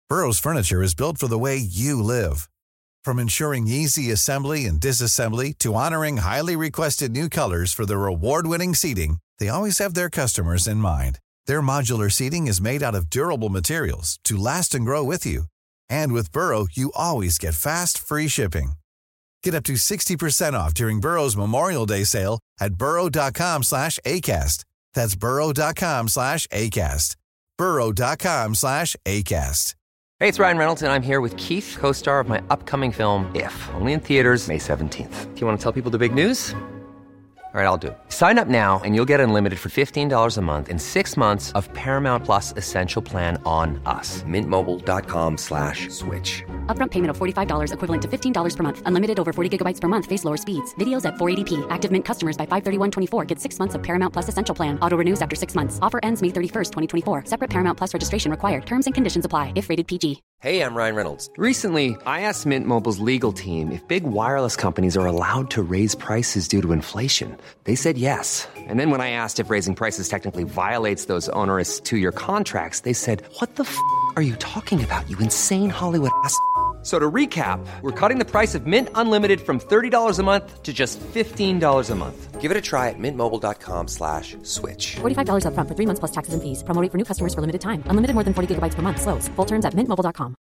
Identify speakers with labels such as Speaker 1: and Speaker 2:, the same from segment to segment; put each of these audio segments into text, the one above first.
Speaker 1: Burrow's furniture is built for the way you live. From ensuring easy assembly and disassembly to honoring highly requested new colors for their award-winning seating, they always have their customers in mind. Their modular seating is made out of durable materials to last and grow with you. And with Burrow, you always get fast, free shipping. Get up to 60% off during Burrow's Memorial Day sale at burrow.com/ACAST. That's burrow.com/ACAST. burrow.com/ACAST.
Speaker 2: Hey, it's Ryan Reynolds, and I'm here with Keith, co-star of my upcoming film, If, only in theaters May 17th. Do you want to tell people the big news? All right, I'll do it. Sign up now and you'll get unlimited for $15 a month and 6 months of Paramount Plus Essential Plan on us. MintMobile.com/switch.
Speaker 3: Upfront payment of $45 equivalent to $15 per month. Unlimited over 40 gigabytes per month. Face lower speeds. Videos at 480p. Active Mint customers by 531.24 get 6 months of Paramount Plus Essential Plan. Auto renews after 6 months. Offer ends May 31st, 2024. Separate Paramount Plus registration required. Terms and conditions apply if rated PG.
Speaker 2: Hey, I'm Ryan Reynolds. Recently, I asked Mint Mobile's legal team if big wireless companies are allowed to raise prices due to inflation. They said yes. And then when I asked if raising prices technically violates those onerous two-year contracts, they said, "What the f*** are you talking about, you insane Hollywood ass?" So to recap, we're cutting the price of Mint Unlimited from $30 a month to just $15 a month. Give it a try at mintmobile.com/switch.
Speaker 3: $45 upfront for 3 months plus taxes and fees. Promo rate for new customers for limited time. Unlimited more than 40 gigabytes per month. Slows full terms at mintmobile.com.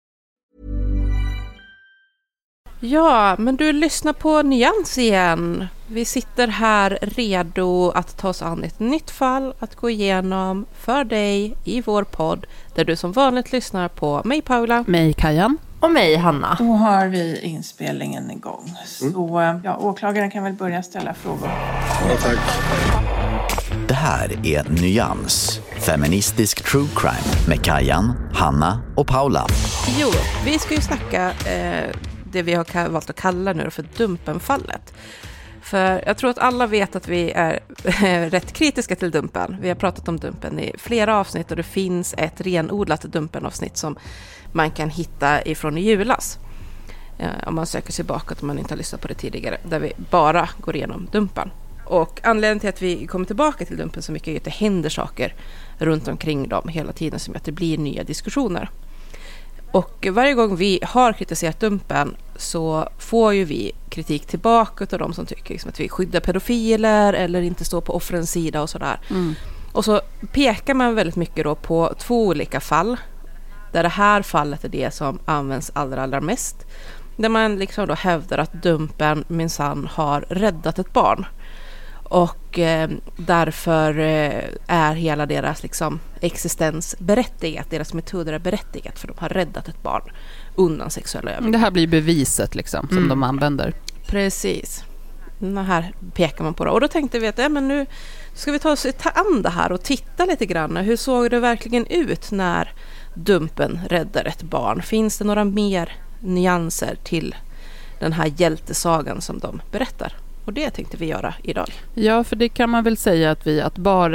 Speaker 4: Ja, men du lyssnar på Nyans igen. Vi sitter här redo att ta oss an ett nytt fall att gå igenom för dig i vår podd, där du som vanligt lyssnar på mig Paula,
Speaker 5: mig Kajan
Speaker 6: och mig Hanna.
Speaker 7: Då har vi inspelningen igång. Så ja, åklagaren kan väl börja ställa frågor.
Speaker 8: Ja, tack.
Speaker 9: Det här är Nyans, feministisk true crime med Kajan, Hanna och Paula.
Speaker 4: Jo, vi ska ju snacka det vi har valt att kalla nu för Dumpenfallet. För jag tror att alla vet att vi är rätt kritiska till Dumpen. Vi har pratat om Dumpen i flera avsnitt och det finns ett renodlat Dumpenavsnitt som man kan hitta ifrån i julas. Om man söker sig bakåt om man inte har lyssnat på det tidigare. Där vi bara går igenom Dumpen. Och anledningen till att vi kommer tillbaka till Dumpen så mycket är att det händer saker runt omkring dem hela tiden som att det blir nya diskussioner. Och varje gång vi har kritiserat Dumpen så får ju vi kritik tillbaka av de som tycker liksom att vi skyddar pedofiler eller inte står på offrens sida och sådär. Och så pekar man väldigt mycket då på 2 olika fall där det här fallet är det som används allra mest. Där man liksom då hävdar att Dumpen minsann har räddat ett barn. Och därför är hela deras liksom existens berättigat, deras metoder är berättigat för de har räddat ett barn undan sexuella övergrepp.
Speaker 5: Det här blir beviset liksom som de använder.
Speaker 4: Precis. Det här pekar man på det. Och då tänkte vi att men nu ska vi ta an det här och titta lite grann. Hur såg det verkligen ut när Dumpen räddar ett barn? Finns det några mer nyanser till den här hjältesagan som de berättar? Och det tänkte vi göra idag.
Speaker 5: Ja, för det kan man väl säga att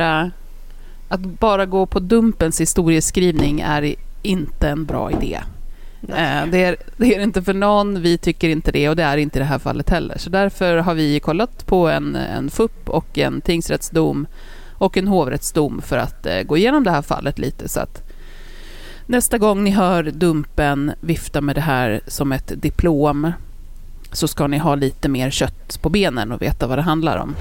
Speaker 5: bara gå på Dumpens historieskrivning är inte en bra idé. Det är inte för någon, vi tycker inte det och det är inte i det här fallet heller. Så därför har vi kollat på en FUP och en tingsrättsdom och en hovrättsdom för att gå igenom det här fallet lite så att nästa gång ni hör Dumpen vifta med det här som ett diplom så ska ni ha lite mer kött på benen och veta vad det handlar om.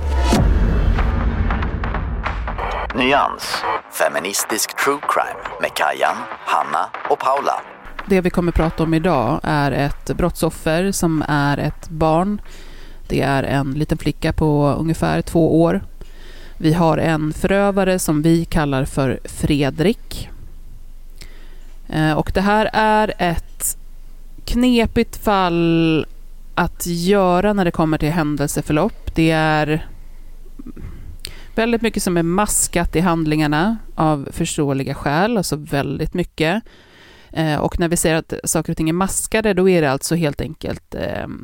Speaker 9: Nyans, feministisk true crime med Kajan, Hanna och Paula.
Speaker 5: Det vi kommer prata om idag är ett brottsoffer som är ett barn. Det är en liten flicka på ungefär 2 år. Vi har en förövare som vi kallar för Fredrik. Och det här är ett knepigt fall att göra när det kommer till händelseförlopp. Det är väldigt mycket som är maskat i handlingarna av förståeliga skäl, alltså väldigt mycket. Och när vi säger att saker och ting är maskade, då är det alltså helt enkelt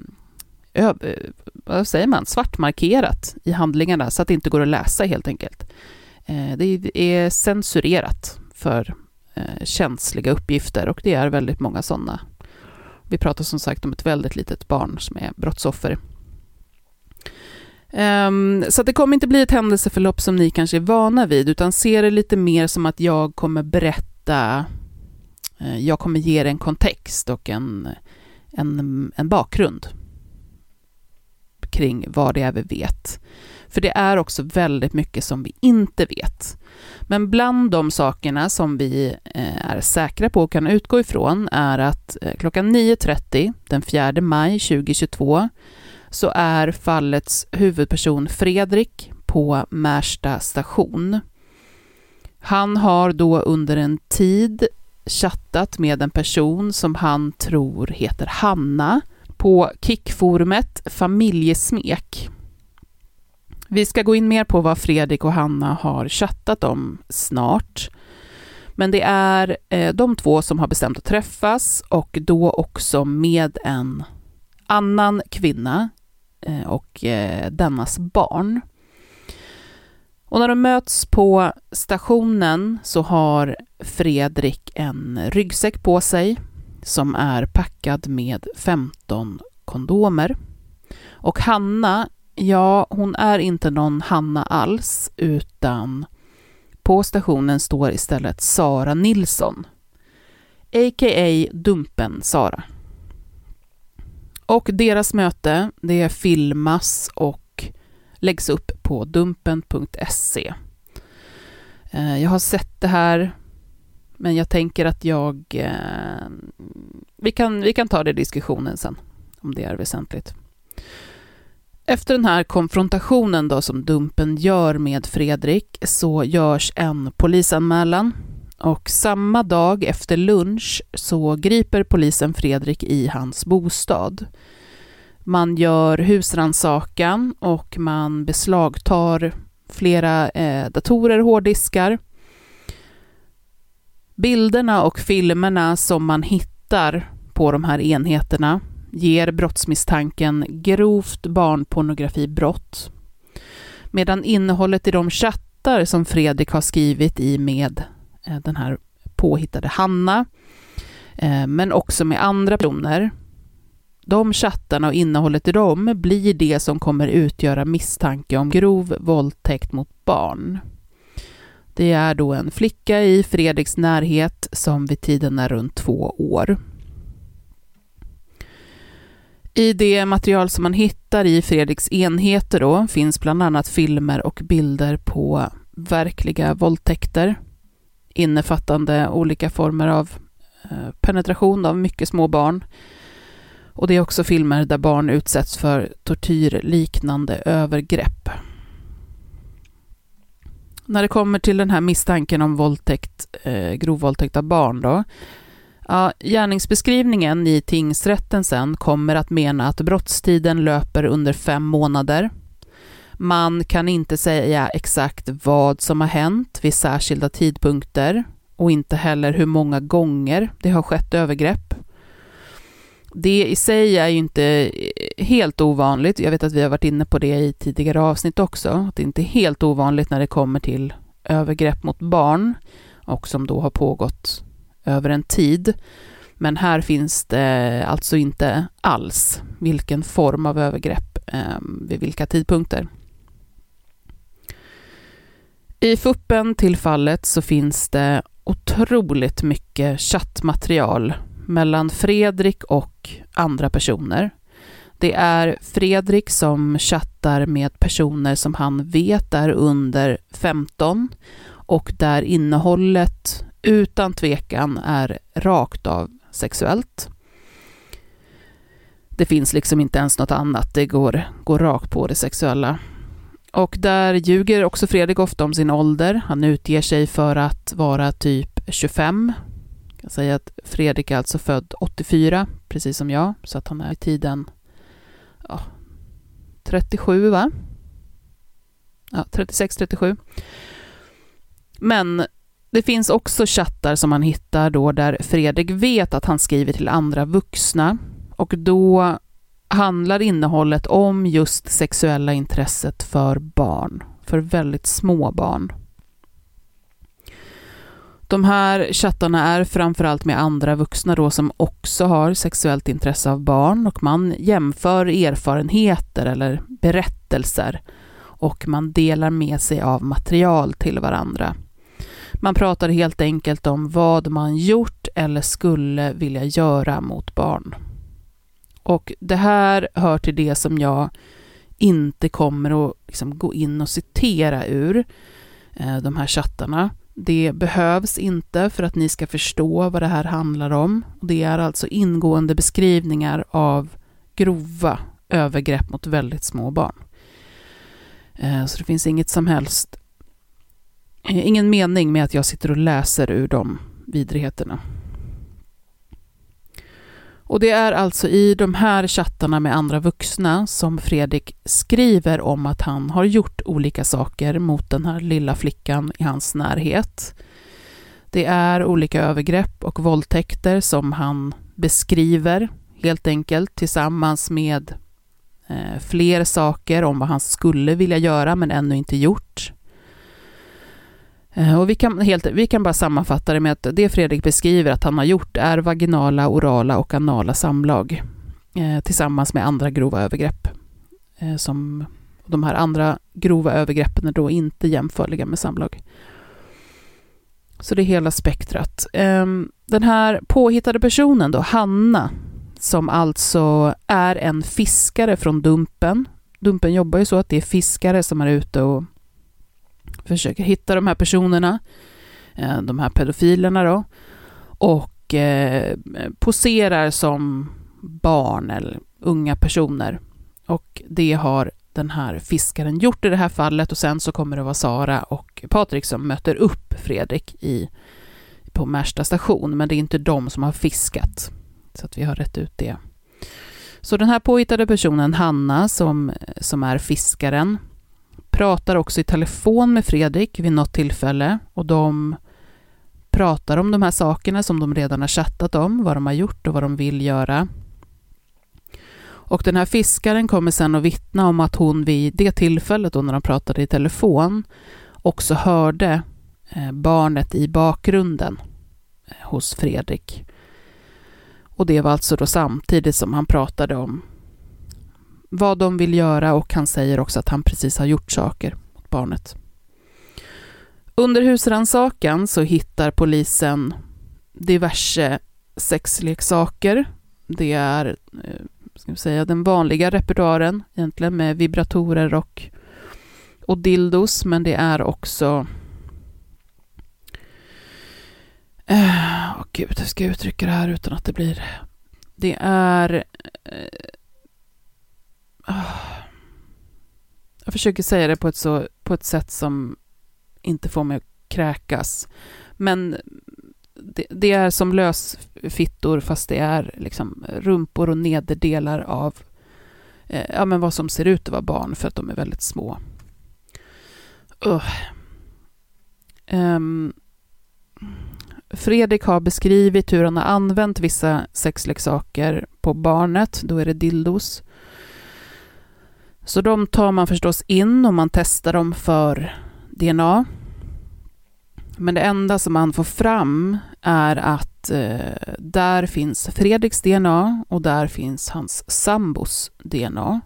Speaker 5: vad säger man? Svartmarkerat i handlingarna så att det inte går att läsa helt enkelt. Det är censurerat för känsliga uppgifter och det är väldigt många sådana. Vi pratar som sagt om ett väldigt litet barn som är brottsoffer. Så det kommer inte bli ett händelseförlopp som ni kanske är vana vid utan ser det lite mer som att jag kommer berätta Jag kommer ge er en kontext och en bakgrund kring vad det är vi vet. För det är också väldigt mycket som vi inte vet. Men bland de sakerna som vi är säkra på och kan utgå ifrån är att klockan 9:30 den 4 maj 2022 så är fallets huvudperson Fredrik på Märsta station. Han har då under en tid chattat med en person som han tror heter Hanna på kickforumet Familjesmek. Vi ska gå in mer på vad Fredrik och Hanna har chattat om snart. Men det är de två som har bestämt att träffas och då också med en annan kvinna och dennas barn. Och när de möts på stationen så har Fredrik en ryggsäck på sig som är packad med 15 kondomer. Och Hanna, ja, hon är inte någon Hanna alls, utan på stationen står istället Sara Nilsson, a.k.a. Dumpen Sara. Och deras möte, det filmas och läggs upp på dumpen.se. Jag har sett det här, men jag tänker att vi kan ta det i diskussionen sen, om det är väsentligt. Efter den här konfrontationen då som Dumpen gör med Fredrik så görs en polisanmälan. Och samma dag efter lunch så griper polisen Fredrik i hans bostad. Man gör husrannsakan och man beslagtar flera datorer, hårddiskar. Bilderna och filmerna som man hittar på de här enheterna ger brottsmisstanken grovt barnpornografibrott. Medan innehållet i de chattar som Fredrik har skrivit i med den här påhittade Hanna, men också med andra personer, de chattarna och innehållet i dem blir det som kommer utgöra misstanke om grov våldtäkt mot barn. Det är då en flicka i Fredriks närhet som vid tiden är runt 2 år. I det material som man hittar i Fredriks enheter då finns bland annat filmer och bilder på verkliga våldtäkter, innefattande olika former av penetration av mycket små barn. Och det är också filmer där barn utsätts för tortyrliknande övergrepp. När det kommer till den här misstanken om våldtäkt, grov våldtäkt av barn då, ja, gärningsbeskrivningen i tingsrätten sen kommer att mena att brottstiden löper under 5 månader. Man kan inte säga exakt vad som har hänt vid särskilda tidpunkter och inte heller hur många gånger det har skett övergrepp. Det i sig är ju inte helt ovanligt. Jag vet att vi har varit inne på det i tidigare avsnitt också. Det är inte helt ovanligt när det kommer till övergrepp mot barn och som då har pågått över en tid. Men här finns det alltså inte alls vilken form av övergrepp vid vilka tidpunkter. I fuppen till fallet så finns det otroligt mycket chattmaterial mellan Fredrik och andra personer. Det är Fredrik som chattar med personer som han vet är under 15 och där innehållet utan tvekan är rakt av sexuellt. Det finns liksom inte ens något annat, det går rakt på det sexuella. Och där ljuger också Fredrik ofta om sin ålder. Han utger sig för att vara typ 25. Jag kan säga att Fredrik är alltså född 84, precis som jag. Så att han är i tiden 37 va? Ja, 36-37. Men det finns också chattar som man hittar då där Fredrik vet att han skriver till andra vuxna. Och då handlar innehållet om just sexuella intresset för barn. För väldigt små barn. De här chattarna är framförallt med andra vuxna då som också har sexuellt intresse av barn och man jämför erfarenheter eller berättelser och man delar med sig av material till varandra. Man pratar helt enkelt om vad man gjort eller skulle vilja göra mot barn. Och det här hör till det som jag inte kommer att liksom gå in och citera ur de här chattarna. Det behövs inte för att ni ska förstå vad det här handlar om. Det är alltså ingående beskrivningar av grova övergrepp mot väldigt små barn. Så det finns ingen mening med att jag sitter och läser ur de vidrigheterna. Och det är alltså i de här chattarna med andra vuxna som Fredrik skriver om att han har gjort olika saker mot den här lilla flickan i hans närhet. Det är olika övergrepp och våldtäkter som han beskriver helt enkelt tillsammans med fler saker om vad han skulle vilja göra men ännu inte gjort. Och vi kan bara sammanfatta det med att det Fredrik beskriver att han har gjort är vaginala, orala och anala samlag tillsammans med andra grova övergrepp. Som de här andra grova övergreppen är då inte jämförliga med samlag. Så det är hela spektrat. Den här påhittade personen då, Hanna, som alltså är en fiskare från Dumpen. Dumpen jobbar ju så att det är fiskare som är ute och försöker hitta de här personerna, de här pedofilerna då, och poserar som barn eller unga personer. Och det har den här fiskaren gjort i det här fallet, och sen så kommer det vara Sara och Patrik som möter upp Fredrik på Märsta station, men det är inte de som har fiskat. Så att vi har rätt ut det. Så den här påhittade personen, Hanna, som är fiskaren, pratar också i telefon med Fredrik vid något tillfälle, och de pratar om de här sakerna som de redan har chattat om, vad de har gjort och vad de vill göra. Och den här fiskaren kommer sen att vittna om att hon vid det tillfället då när de pratade i telefon också hörde barnet i bakgrunden hos Fredrik. Och det var alltså då samtidigt som han pratade om vad de vill göra, och han säger också att han precis har gjort saker mot barnet. Under husrannsakan så hittar polisen diverse sexleksaker. Det är den vanliga repertoaren egentligen med vibratorer och dildos, men det är också hur ska jag uttrycka det här utan att det blir... Det är... jag försöker säga det på ett sätt som inte får mig att kräkas. Men det är som lösfittor, fast det är liksom rumpor och nederdelar av men vad som ser ut att vara barn, för att de är väldigt små. Fredrik har beskrivit hur han har använt vissa sexleksaker på barnet. Då är det dildos. Så de tar man förstås in och man testar dem för DNA. Men det enda som man får fram är att där finns Fredriks DNA och där finns hans sambos DNA.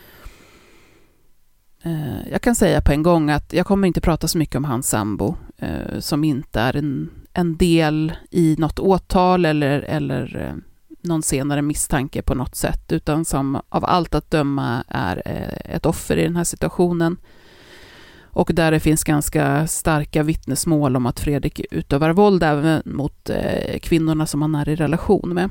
Speaker 5: Jag kan säga på en gång att jag kommer inte prata så mycket om hans sambo som inte är en del i något åtal eller någon senare misstanke på något sätt, utan som av allt att döma är ett offer i den här situationen. Och där det finns ganska starka vittnesmål om att Fredrik utövar våld även mot kvinnorna som han är i relation med.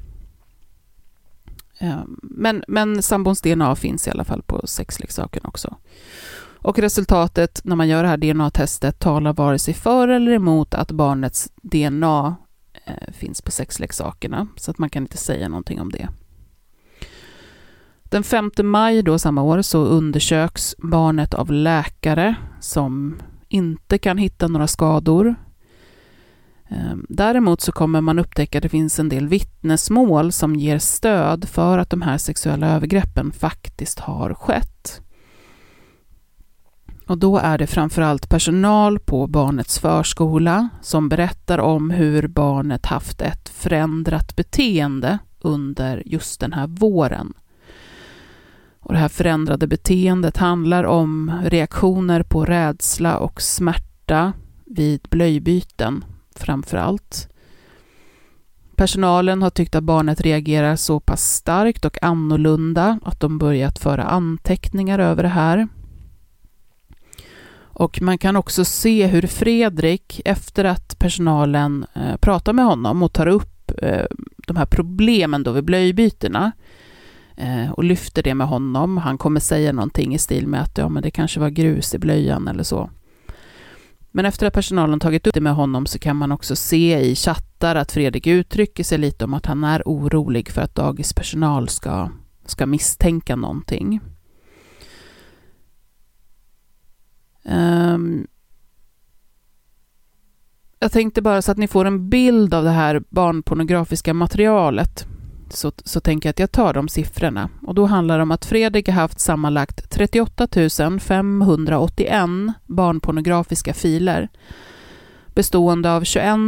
Speaker 5: Men sambons DNA finns i alla fall på sexleksaken också. Och resultatet när man gör det här DNA-testet talar vare sig för eller emot att barnets DNA finns på sexleksakerna. Så att man kan inte säga någonting om det. Den 5 maj då samma år så undersöks barnet av läkare som inte kan hitta några skador. Däremot så kommer man upptäcka att det finns en del vittnesmål som ger stöd för att de här sexuella övergreppen faktiskt har skett. Och då är det framförallt personal på barnets förskola som berättar om hur barnet haft ett förändrat beteende under just den här våren. Och det här förändrade beteendet handlar om reaktioner på rädsla och smärta vid blöjbyten framför allt. Personalen har tyckt att barnet reagerar så pass starkt och annorlunda att de börjat föra anteckningar över det här. Och man kan också se hur Fredrik, efter att personalen pratar med honom och tar upp de här problemen då vid blöjbytena och lyfter det med honom. Han kommer säga någonting i stil med att men det kanske var grus i blöjan eller så. Men efter att personalen tagit upp det med honom så kan man också se i chattar att Fredrik uttrycker sig lite om att han är orolig för att dagispersonal ska misstänka någonting. Jag tänkte bara så att ni får en bild av det här barnpornografiska materialet, så tänker jag att jag tar de siffrorna. Och då handlar det om att Fredrik har haft sammanlagt 38 581 barnpornografiska filer, bestående av 21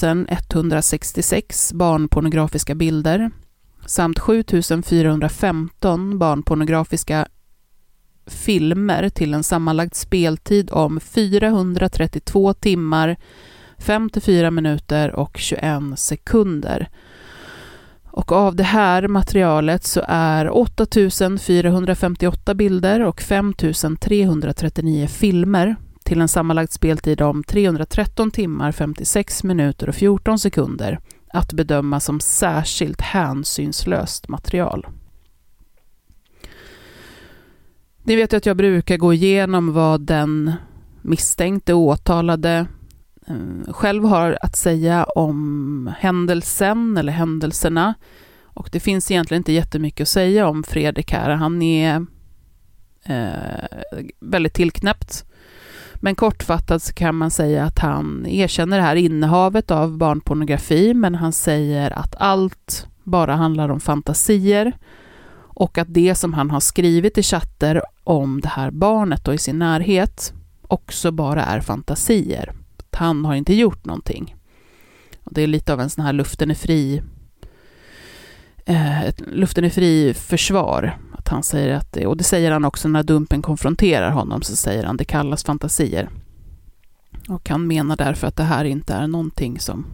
Speaker 5: 166 barnpornografiska bilder samt 7 415 barnpornografiska filmer till en sammanlagd speltid om 432 timmar, 54 minuter och 21 sekunder. Och av det här materialet så är 8 458 bilder och 5 339 filmer till en sammanlagd speltid om 313 timmar, 56 minuter och 14 sekunder att bedöma som särskilt hänsynslöst material. Ni vet att jag brukar gå igenom vad den misstänkte åtalade själv har att säga om händelsen eller händelserna. Och det finns egentligen inte jättemycket att säga om Fredrik här. Han är väldigt tillknäppt. Men kortfattat så kan man säga att han erkänner det här innehavet av barnpornografi, men han säger att allt bara handlar om fantasier och att det som han har skrivit i chatter om det här barnet och i sin närhet också bara är fantasier. Han har inte gjort någonting. Och det är lite av en sån här luften är fri försvar. Att han säger att det, och det säger han också när Dumpen konfronterar honom, så säger han det kallas fantasier. Och han menar därför att det här inte är någonting som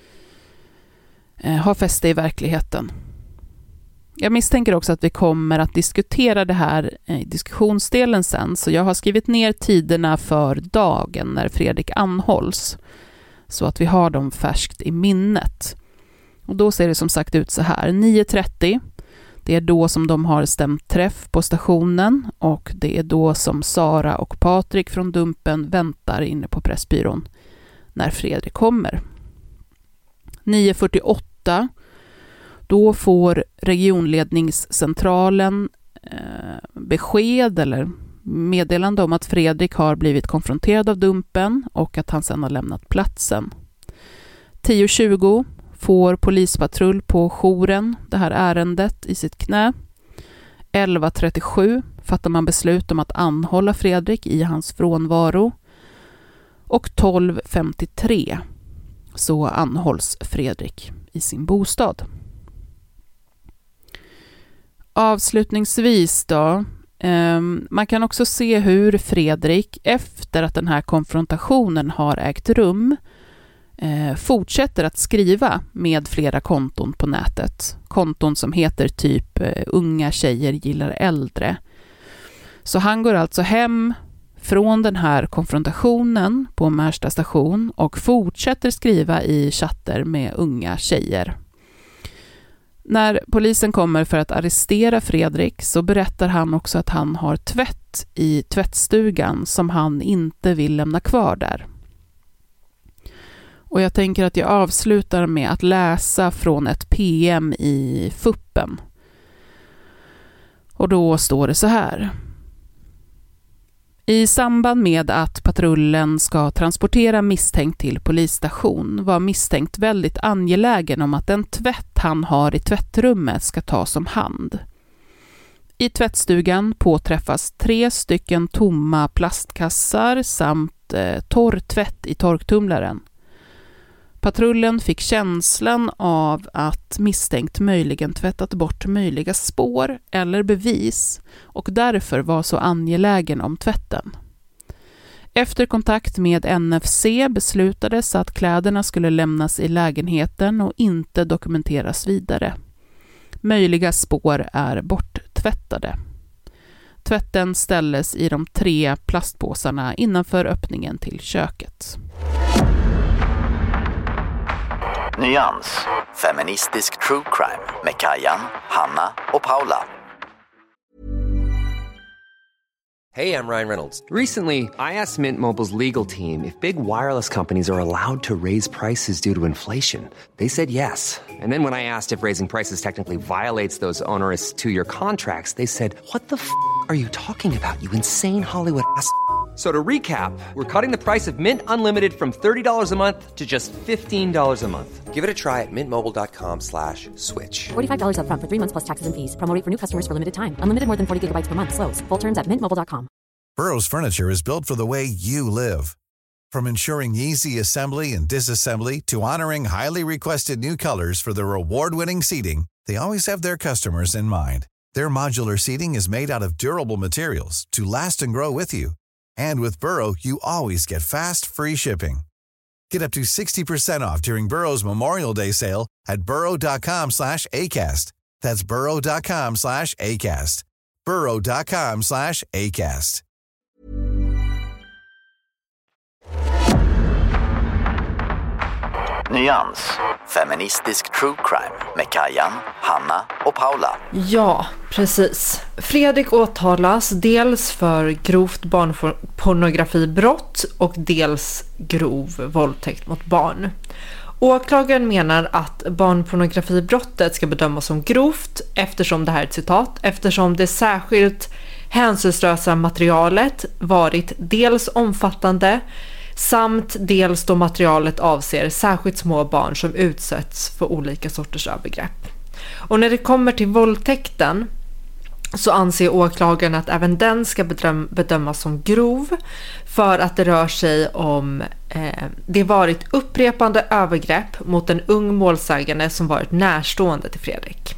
Speaker 5: har fäste i verkligheten. Jag misstänker också att vi kommer att diskutera det här i diskussionsdelen sen, så jag har skrivit ner tiderna för dagen när Fredrik anhålls så att vi har dem färskt i minnet. Och då ser det som sagt ut så här: 9:30, det är då som de har stämt träff på stationen och det är då som Sara och Patrik från Dumpen väntar inne på Pressbyrån när Fredrik kommer. 9:48, då får regionledningscentralen besked eller meddelande om att Fredrik har blivit konfronterad av Dumpen och att han sedan har lämnat platsen. 10:20 får polispatrull på jouren det här ärendet i sitt knä. 11:37 fattar man beslut om att anhålla Fredrik i hans frånvaro. Och 12:53 så anhålls Fredrik i sin bostad. Avslutningsvis då, man kan också se hur Fredrik efter att den här konfrontationen har ägt rum fortsätter att skriva med flera konton på nätet. Konton som heter typ unga tjejer gillar äldre. Så han går alltså hem från den här konfrontationen på Märsta station och fortsätter skriva i chatter med unga tjejer. När polisen kommer för att arrestera Fredrik så berättar han också att han har tvätt i tvättstugan som han inte vill lämna kvar där. Och jag tänker att jag avslutar med att läsa från ett PM i FUPen. Och då står det så här: i samband med att patrullen ska transportera misstänkt till polisstation var misstänkt väldigt angelägen om att den tvätt han har i tvättrummet ska tas om hand. I tvättstugan påträffas 3 stycken tomma plastkassar samt torrtvätt i torktumlaren. Patrullen fick känslan av att misstänkt möjligen tvättat bort möjliga spår eller bevis och därför var så angelägen om tvätten. Efter kontakt med NFC beslutades att kläderna skulle lämnas i lägenheten och inte dokumenteras vidare. Möjliga spår är borttvättade. Tvätten ställdes i de 3 plastpåsarna innanför öppningen till köket.
Speaker 9: Nyans. Feministisk true crime med Kajan, Hanna och Paula.
Speaker 2: Hey, I'm Ryan Reynolds. Recently, I asked Mint Mobile's legal team if big wireless companies are allowed to raise prices due to inflation. They said yes. And then when I asked if raising prices technically violates those onerous 2-year contracts, they said, "What the f*** are you talking about, you insane Hollywood ass?" So to recap, we're cutting the price of Mint Unlimited from $30 a month to just $15 a month. Give it a try at mintmobile.com/switch.
Speaker 3: $45 up front for 3 months plus taxes and fees. Promo rate for new customers for limited time. Unlimited more than 40 gigabytes per month. Slows full terms at mintmobile.com.
Speaker 1: Burrow's furniture is built for the way you live. From ensuring easy assembly and disassembly to honoring highly requested new colors for their award-winning seating, they always have their customers in mind. Their modular seating is made out of durable materials to last and grow with you. And with Burrow, you always get fast, free shipping. Get up to 60% off during Burrow's Memorial Day sale at burrow.com/ACAST. That's burrow.com/ACAST. burrow.com/ACAST.
Speaker 9: Nyans. Feministisk true crime med Kajan, Hanna och Paula.
Speaker 6: Ja, precis. Fredrik åtalas dels för grovt barnpornografibrott och dels grov våldtäkt mot barn. Åklagaren menar att barnpornografibrottet ska bedömas som grovt eftersom det här är ett citat, eftersom det särskilt hänsynslösa materialet varit dels omfattande samt dels då materialet avser särskilt små barn som utsätts för olika sorters övergrepp. Och när det kommer till våldtäkten så anser åklagaren att även den ska bedömas som grov för att det rör sig om det varit upprepande övergrepp mot en ung målsägande som varit närstående till Fredrik.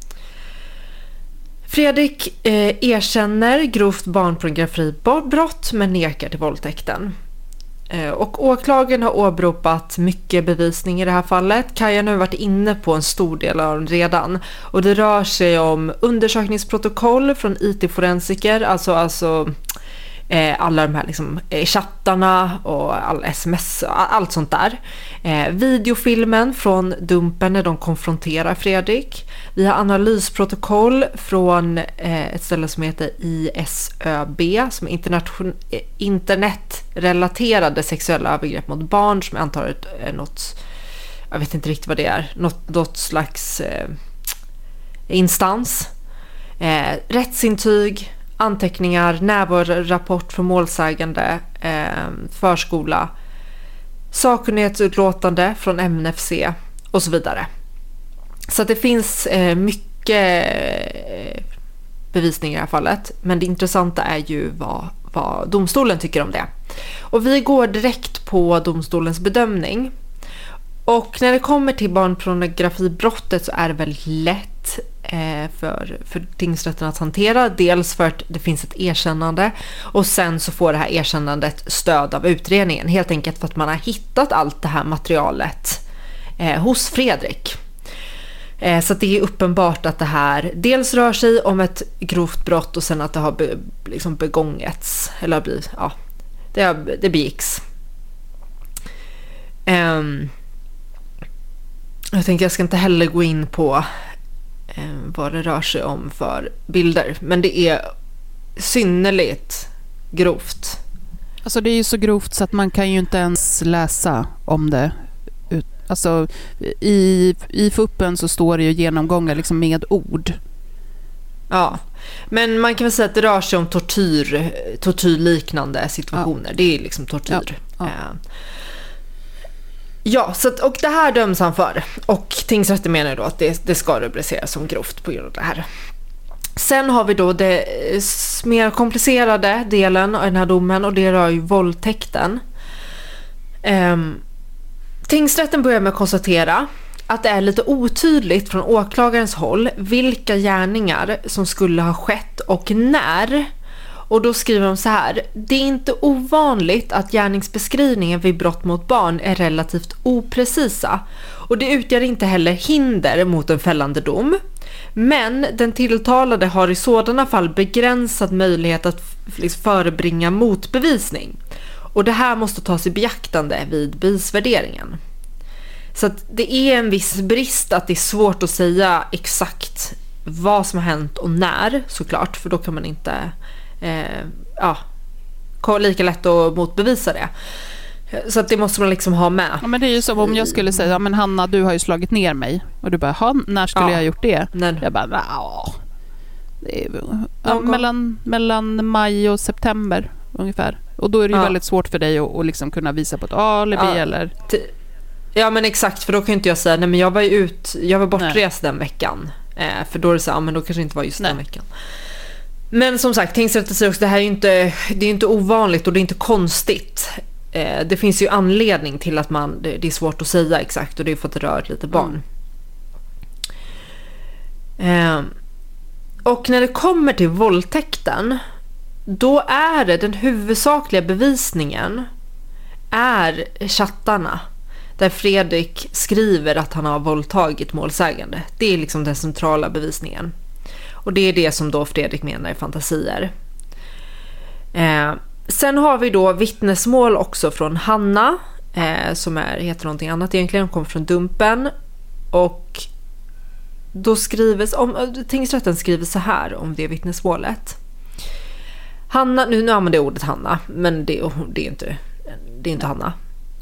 Speaker 6: Fredrik erkänner grovt barnpornografibrott men nekar till våldtäkten. Och åklagaren har åberopat mycket bevisning i det här fallet. Kajan har varit inne på en stor del av den redan. Och det rör sig om undersökningsprotokoll från IT-forensiker, alltså alla de här liksom, chattarna och all sms, allt sånt där. Videofilmen från Dumpen när de konfronterar Fredrik. Vi har analysprotokoll från ett ställe som heter ISÖB som är internetrelaterade sexuella övergrepp mot barn, som jag antar är något, jag vet inte riktigt vad det är, något slags instans. Rättsintyg, anteckningar, närvarorapport från målsägande, förskola, sakkunnighetsutlåtande från NFC och så vidare. Så att det finns mycket bevisning i det här fallet, men det intressanta är ju vad domstolen tycker om det. Och vi går direkt på domstolens bedömning. Och när det kommer till barnpornografibrottet så är det väldigt lätt för tingsrätten att hantera. Dels för att det finns ett erkännande och sen så får det här erkännandet stöd av utredningen. Helt enkelt för att man har hittat allt det här materialet hos Fredrik. Så att det är uppenbart att det här dels rör sig om ett grovt brott och sen att det har liksom begångits eller det begicks. Jag ska inte heller gå in på vad det rör sig om för bilder, men det är synnerligt grovt.
Speaker 5: Alltså det är ju så grovt så att man kan ju inte ens läsa om det. Alltså i FUPen så står det ju genomgångar liksom med ord. Ja,
Speaker 6: men man kan väl säga att det rör sig om tortyrliknande situationer. Ja. Det är liksom tortyr. Ja, så att, och det här döms han för. Och tingsrätten menar då att det ska rubriceras som grovt på grund av det här. Sen har vi då det mer komplicerade delen av den här domen, och det rör ju våldtäkten. Tingsrätten börjar med att konstatera att det är lite otydligt från åklagarens håll vilka gärningar som skulle ha skett och när. Och då skriver de så här: det är inte ovanligt att gärningsbeskrivningen vid brott mot barn är relativt oprecisa och det utgör inte heller hinder mot en fällande dom. Men den tilltalade har i sådana fall begränsad möjlighet att förebringa motbevisning. Och det här måste tas i beaktande vid bevisvärderingen. Så att det är en viss brist att det är svårt att säga exakt vad som har hänt och när, såklart. För då kan man inte lika lätt att motbevisa det. Så att det måste man liksom ha med.
Speaker 5: Ja, men det är ju som om jag skulle säga, men Hanna, du har ju slagit ner mig. Och du bara, när skulle jag ha gjort det? Nej. Jag bara, det är mellan maj och september ungefär. Och då är det ju väldigt svårt för dig att liksom kunna visa på ett alibi eller...
Speaker 6: Ja, men exakt, för då kan inte jag säga, nej men jag var bortrest den veckan. För då är det så här, men då kanske inte var just den veckan. Men som sagt, tingsrätten säger också, det här är inte ovanligt och det är inte konstigt. Det finns ju anledning till att det är svårt att säga exakt, och det är för att det rör lite barn. Och när det kommer till våldtäkten, då är det den huvudsakliga bevisningen är chattarna där Fredrik skriver att han har våldtagit målsägande. Det är liksom den centrala bevisningen. Och det är det som då Fredrik menar är fantasier. Sen har vi då vittnesmål också från Hanna, som heter någonting annat egentligen, kommer från Dumpen. Och då tingsrätten skriver så här om det vittnesmålet. Hanna, nu använder jag ordet Hanna, men det är inte Hanna.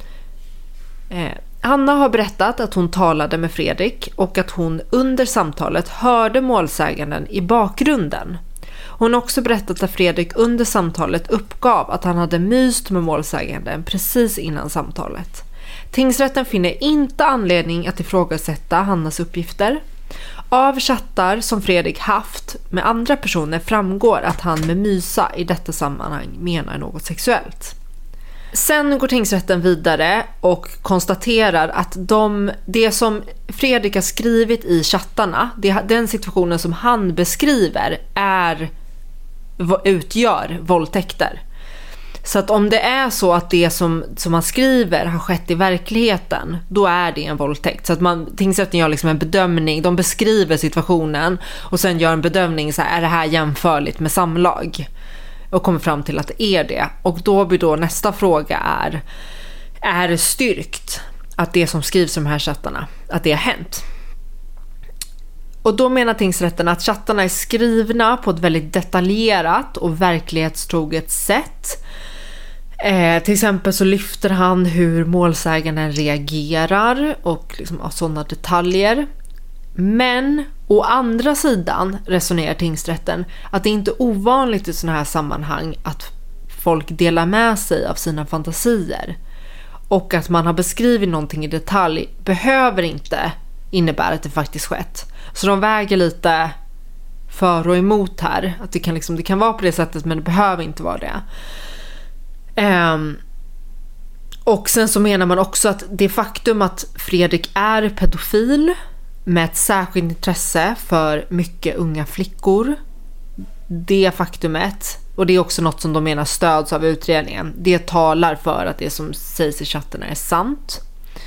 Speaker 6: Hanna har berättat att hon talade med Fredrik och att hon under samtalet hörde målsäganden i bakgrunden. Hon har också berättat att Fredrik under samtalet uppgav att han hade myst med målsäganden precis innan samtalet. Tingsrätten finner inte anledning att ifrågasätta Hannas uppgifter. Av chattar som Fredrik haft med andra personer framgår att han med mysa i detta sammanhang menar något sexuellt. Sen går tingsrätten vidare och konstaterar att det som Fredrik har skrivit i chattarna, den situationen som han beskriver utgör våldtäkter. Så att om det är så att det som man skriver har skett i verkligheten, då är det en våldtäkt. Så att tingsrätten gör liksom en bedömning, de beskriver situationen och sen gör en bedömning, så här, är det här jämförligt med samlag? Och kommer fram till att det är det. Och då blir nästa fråga är det styrkt att det som skrivs i de här chattarna, att det har hänt? Och då menar tingsrätten att chattarna är skrivna på ett väldigt detaljerat och verklighetstroget sätt. Till exempel så lyfter han hur målsäganden reagerar och liksom sådana detaljer. Men å andra sidan resonerar tingsrätten att det inte är ovanligt i sådana här sammanhang att folk delar med sig av sina fantasier. Och att man har beskrivit någonting i detalj behöver inte innebära att det faktiskt skett. Så de väger lite för och emot här. Att det kan vara på det sättet, men det behöver inte vara det. Och sen så menar man också att det faktum att Fredrik är pedofil med ett särskilt intresse för mycket unga flickor, det faktumet, och det är också något som de menar stöds av utredningen, det talar för att det som sägs i chatten är sant.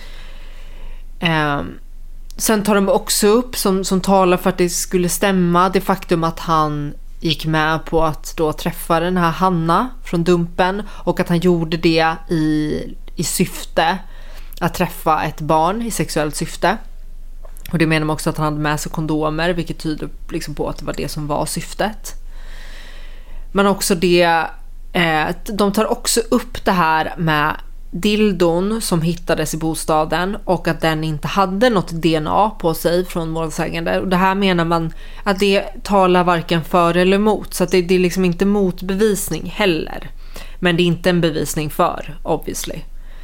Speaker 6: Sen tar de också upp som talar för att det skulle stämma, det faktum att han gick med på att då träffa den här Hanna från Dumpen, och att han gjorde det i syfte att träffa ett barn i sexuellt syfte. Och det menar man också att han hade med sig kondomer, vilket tyder liksom på att det var det som var syftet. Men också de tar också upp det här med dildon som hittades i bostaden och att den inte hade något DNA på sig från målsägande. Och det här menar man att det talar varken för eller emot, så att det är liksom inte motbevisning heller. Men det är inte en bevisning för, obviously.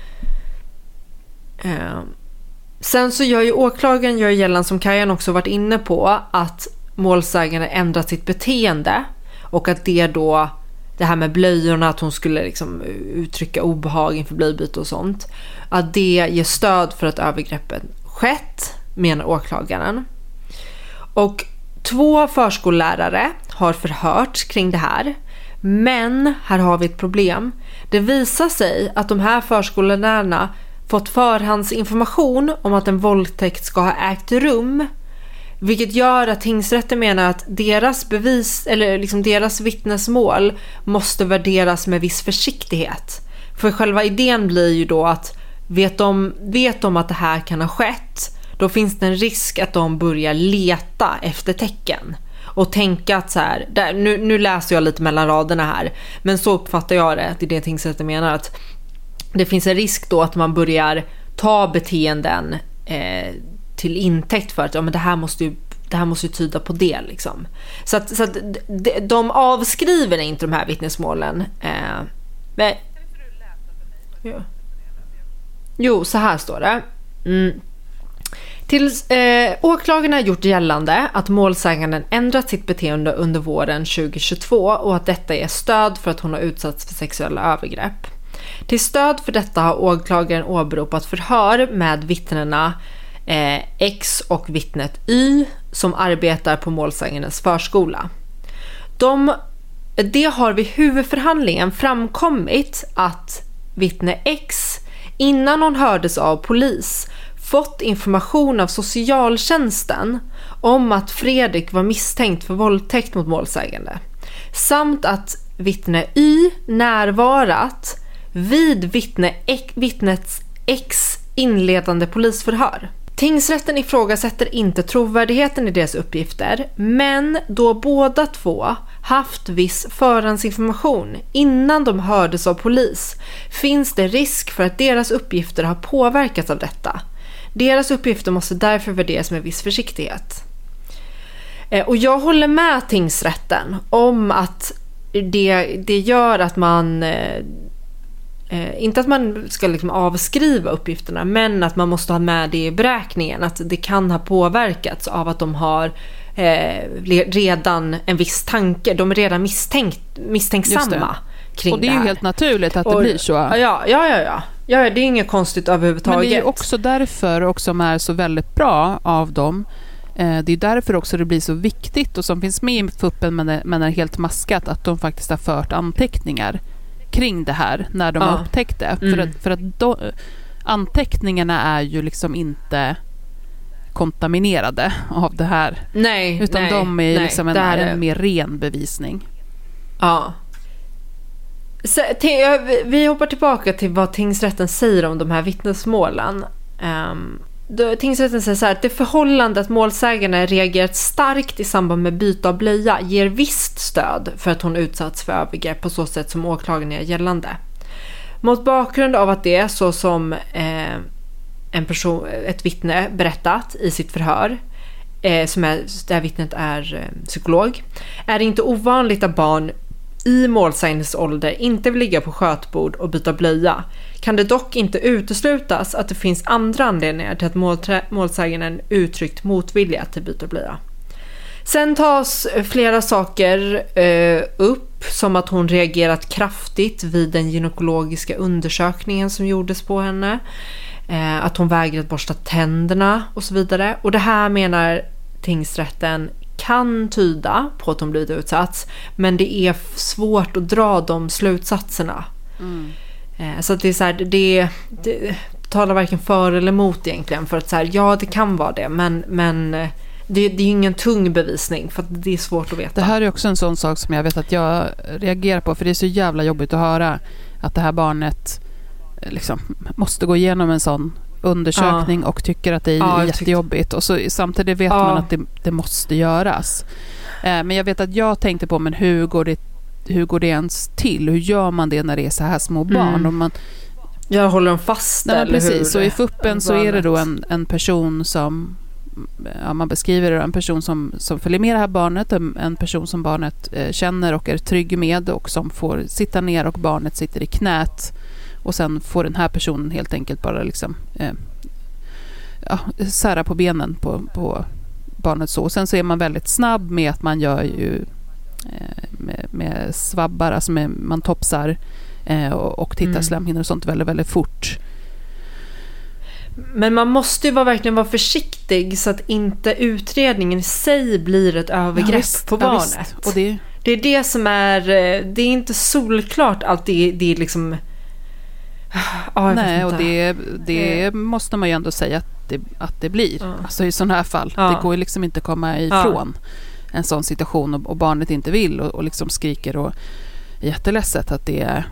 Speaker 6: Sen så gör ju åklagaren gällande, som Kajan också varit inne på, att målsägande ändrat sitt beteende och att det här med blöjorna, att hon skulle liksom uttrycka obehag inför blöjbyte och sånt, att det ger stöd för att övergreppet skett, menar åklagaren. Och 2 förskollärare har förhörts kring det här. Men här har vi ett problem. Det visar sig att de här förskollärarna fått förhandsinformation om att en våldtäkt ska ha ägt rum. Vilket gör att tingsrätten menar att deras bevis, eller liksom deras vittnesmål, måste värderas med viss försiktighet. För själva idén blir ju då att vet de att det här kan ha skett, då finns det en risk att de börjar leta efter tecken. Och tänka att så här, nu läser jag lite mellan raderna här, men så uppfattar jag det, det tingsrätten menar, att det finns en risk då att man börjar ta beteenden till intäkt för att men det här måste ju tyda på det liksom. Så att de avskriver inte de här vittnesmålen. Men jo, så här står det. Åklagarna har gjort gällande att målsäganden ändrat sitt beteende under våren 2022 och att detta är stöd för att hon har utsatts för sexuella övergrepp. Till stöd för detta har åklagaren åberopat förhör med vittnena X och vittnet Y som arbetar på målsägandens förskola. Det har vid huvudförhandlingen framkommit att vittne X innan hon hördes av polis fått information av socialtjänsten om att Fredrik var misstänkt för våldtäkt mot målsägande. Samt att vittne Y närvarat vid vittnets X inledande polisförhör. Tingsrätten ifrågasätter inte trovärdigheten i deras uppgifter, men då båda två haft viss förhandsinformation innan de hördes av polis finns det risk för att deras uppgifter har påverkats av detta. Deras uppgifter måste därför värderas med viss försiktighet. Och jag håller med tingsrätten om att det gör att man inte att man ska liksom avskriva uppgifterna, men att man måste ha med det i beräkningen, att det kan ha påverkats av att de har redan en viss tanke, de är redan misstänksamma kring det.
Speaker 5: Och det är ju helt naturligt att det blir så.
Speaker 6: Ja, det är inget konstigt överhuvudtaget.
Speaker 5: Men det är också därför också som är så väldigt bra av dem. Det är därför också det blir så viktigt och som finns med i FUPen men är helt maskat att de faktiskt har fört anteckningar kring det här när de har upptäckt det. För att anteckningarna är ju liksom inte kontaminerade av det här.
Speaker 6: Nej,
Speaker 5: utan de är liksom en mer ren bevisning.
Speaker 6: Ja. Så, vi hoppar tillbaka till vad tingsrätten säger om de här vittnesmålen. Tingsrätten säger så här att det förhållande att målsägaren reagerat starkt i samband med byte av blöja ger visst stöd för att hon utsatts för övergrepp på så sätt som åklagaren är gällande. Mot bakgrund av att det är så som ett vittne berättat i sitt förhör, där vittnet är psykolog, är det inte ovanligt att barn i målsägandens ålder inte vill ligga på skötbord och byta blöja. Kan det dock inte uteslutas att det finns andra anledningar till att målsäganden uttryckt motvilja till byta blöja. Sen tas flera saker upp, som att hon reagerat kraftigt vid den gynekologiska undersökningen som gjordes på henne, att hon vägrat borsta tänderna och så vidare. Och det här menar tingsrätten kan tyda på att hon blivit utsatts, men det är svårt att dra de slutsatserna. Så att det är så här, det talar varken för eller emot egentligen, för att så här, ja, det kan vara det, men det är ingen tung bevisning, för att det är svårt att veta.
Speaker 5: Det här är också en sån sak som jag vet att jag reagerar på, för det är så jävla jobbigt att höra att det här barnet liksom måste gå igenom en sån undersökning och tycker att det är jättejobbigt. Och så samtidigt vet man att det måste göras. Men jag vet att jag tänkte på, men hur går det ens till? Hur gör man det när det är så här små barn? Om man,
Speaker 6: jag håller dem fast.
Speaker 5: Nej, eller precis. Hur? Så i FUPen så är det då en person som, man beskriver det, en person som följer med det här barnet, en person som barnet känner och är trygg med, och som får sitta ner och barnet sitter i knät. Och sen får den här personen helt enkelt bara liksom sära på benen på barnet så. Och sen så är man väldigt snabb med att man gör ju med svabbar, alltså man topsar och tittar slemhinnor och sånt väldigt, väldigt fort.
Speaker 6: Men man måste ju verkligen vara försiktig så att inte utredningen i sig blir ett övergrepp på barnet.
Speaker 5: Och det
Speaker 6: Det är det som är... Det är inte solklart allt. Det är liksom...
Speaker 5: Nej, och det måste man ju ändå säga att det blir. Alltså i sådana här fall. Det går ju liksom inte att komma ifrån en sån situation och barnet inte vill och liksom skriker och är jätteledset att det är...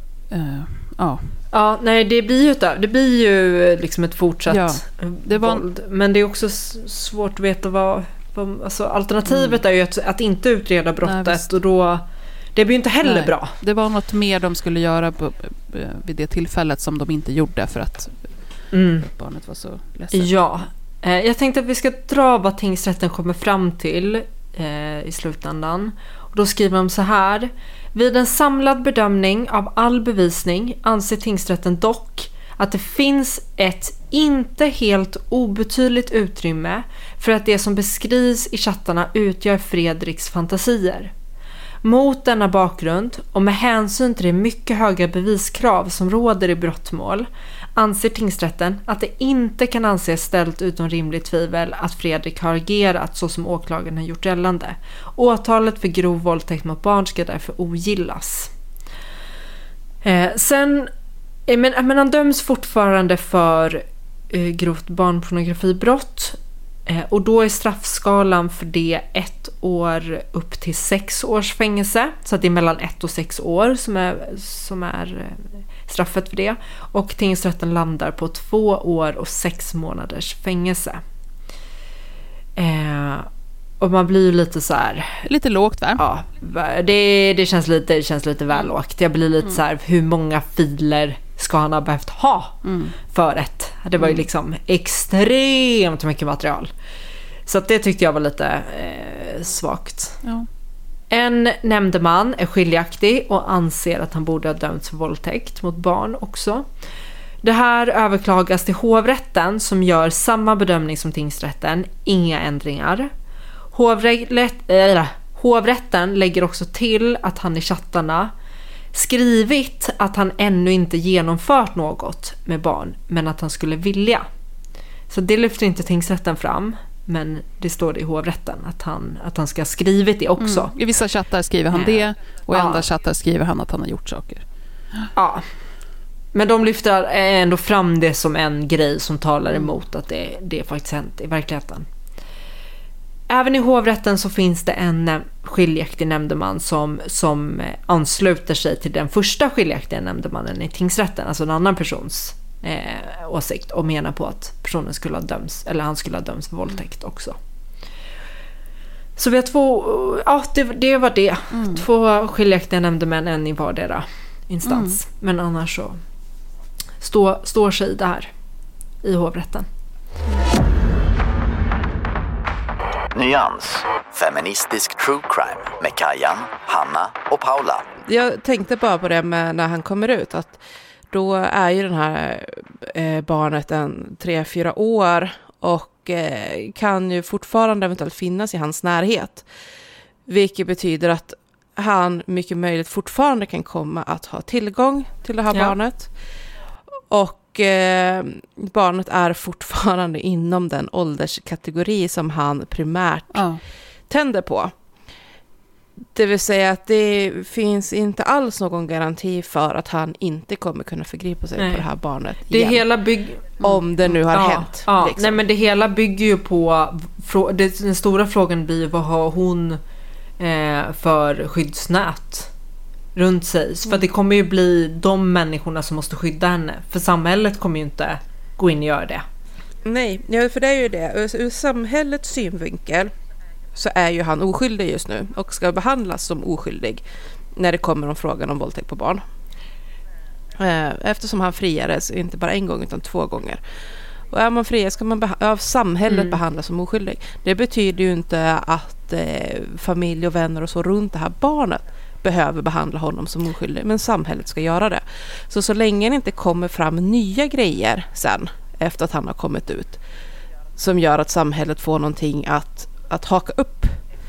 Speaker 6: Ja, nej, det blir ju liksom ett fortsatt våld. Men det är också svårt att veta vad alltså alternativet är ju att inte utreda brottet. Nej, och då det blir ju inte heller bra.
Speaker 5: Det var något mer de skulle göra vid det tillfället som de inte gjorde för att barnet var så ledsen.
Speaker 6: Ja, jag tänkte att vi ska dra vad tingsrätten kommer fram till i slutändan. Och då skriver de så här: vid en samlad bedömning av all bevisning anser tingsrätten dock att det finns ett inte helt obetydligt utrymme för att det som beskrivs i chattarna utgör Fredriks fantasier. Mot denna bakgrund och med hänsyn till det mycket höga beviskrav som råder i brottmål anser tingsrätten att det inte kan anses ställt utom rimligt tvivel att Fredrik har agerat så som åklagaren har gjort gällande. Åtalet för grov våldtäkt mot barn ska därför ogillas. Men han döms fortfarande för grovt barnpornografibrott. Och då är straffskalan för det 1 år upp till 6 års fängelse. Så att det är mellan 1 och 6 år som är straffet för det. Och tingsrätten landar på 2 år och 6 månaders fängelse. Och man blir ju lite så här...
Speaker 5: Lite lågt, va?
Speaker 6: Ja, det känns lite väl lågt. Jag blir lite så här, hur många filer ska han ha behövt ha för ett? Det var ju liksom extremt mycket material. Så att det tyckte jag var lite svagt. Ja. En nämndeman är skiljaktig och anser att han borde ha dömts för våldtäkt mot barn också. Det här överklagas till hovrätten som gör samma bedömning som tingsrätten, inga ändringar. Hovrätten lägger också till att han i chattarna skrivit att han ännu inte genomfört något med barn, men att han skulle vilja. Så det lyfter inte tingsrätten fram, men det står det i hovrätten att han ska ha skrivit det också.
Speaker 5: I vissa chattar skriver han det och i andra chattar skriver han att han har gjort saker.
Speaker 6: Ja. Men de lyfter ändå fram det som en grej som talar emot att det faktiskt hänt i verkligheten. Även i hovrätten så finns det en skiljaktig nämndeman som ansluter sig till den första skiljaktiga nämndemannen i tingsrätten, alltså en annan persons åsikt, och menar på att personen skulle ha dömts, eller han skulle ha dömts för våldtäkt också. Så vi har det var det. 2 skiljaktiga nämndemän, en i vardera instans. Men annars så står sig det här i hovrätten.
Speaker 9: Nyans. Feministisk true crime med Kajan, Hanna och Paula.
Speaker 4: Jag tänkte bara på det med när han kommer ut, att då är ju den här barnet 3-4 år och kan ju fortfarande eventuellt finnas i hans närhet. Vilket betyder att han mycket möjligt fortfarande kan komma att ha tillgång till det här barnet. Och barnet är fortfarande inom den ålderskategori som han primärt tänder på. Det vill säga att det finns inte alls någon garanti för att han inte kommer kunna förgripa sig på det här barnet igen.
Speaker 6: Det hela
Speaker 4: om det nu har hänt.
Speaker 6: Ja. Liksom. Nej, men det hela bygger ju på... Den stora frågan blir, vad har hon för skyddsnät runt sig? För det kommer ju bli de människorna som måste skydda henne. För samhället kommer ju inte gå in och göra det.
Speaker 4: Nej, för det är ju det. Ur samhällets synvinkel så är ju han oskyldig just nu och ska behandlas som oskyldig när det kommer om frågan om våldtäkt på barn. Eftersom han friades inte bara en gång utan 2 gånger. Och är man fri ska man av samhället behandlas som oskyldig. Det betyder ju inte att familj och vänner och så runt det här barnet behöver behandla honom som oskyldig, men samhället ska göra det. Så länge det inte kommer fram nya grejer sen efter att han har kommit ut som gör att samhället får någonting att haka upp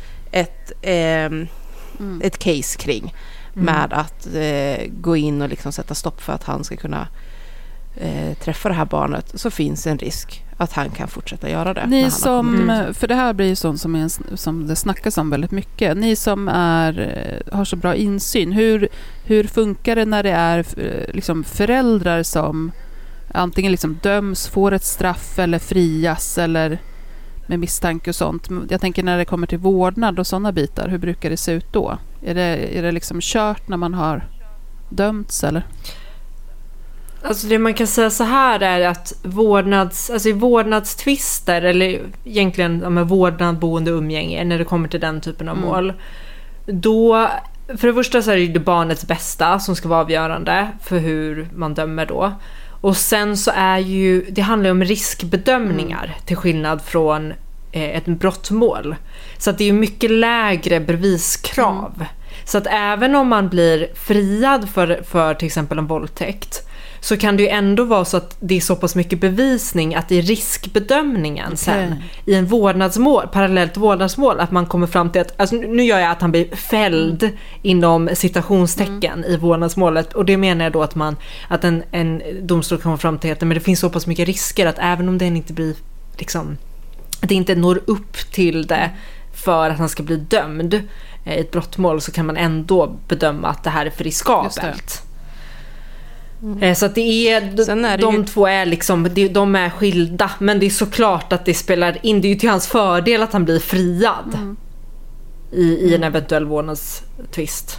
Speaker 4: ett case kring med att gå in och liksom sätta stopp för att han ska kunna träffa det här barnet, så finns en risk att han kan fortsätta göra det.
Speaker 5: Ni som, för det här blir ju sånt som det snackas om väldigt mycket. Ni som har så bra insyn, hur funkar det när det är liksom föräldrar som antingen liksom döms, får ett straff eller frias eller med misstanke och sånt? Jag tänker när det kommer till vårdnad och sådana bitar, hur brukar det se ut då? Är det liksom kört när man har dömts eller?
Speaker 6: Alltså det man kan säga så här är att i vårdnadstvister eller egentligen med vårdnad, boende, umgänge, när det kommer till den typen av mål, då för det första så är det barnets bästa som ska vara avgörande för hur man dömer då. Och sen så det handlar om riskbedömningar till skillnad från ett brottmål. Så att det är mycket lägre beviskrav. Så att även om man blir friad för till exempel en våldtäkt, så kan det ju ändå vara så att det är så pass mycket bevisning att i riskbedömningen sen i en parallellt vårdnadsmål, att man kommer fram till att, alltså nu gör jag att han blir fälld inom citationstecken i vårdnadsmålet, och det menar jag då att en domstol kommer fram till att men det finns så pass mycket risker att även om den inte blir liksom, att det inte når upp till det för att han ska bli dömd i ett brottmål, så kan man ändå bedöma att det här är för riskabelt. Så att det är de två är liksom, de är skilda, men det är såklart att det spelar in, det är ju till hans fördel att han blir friad i en eventuell vårdnadstvist.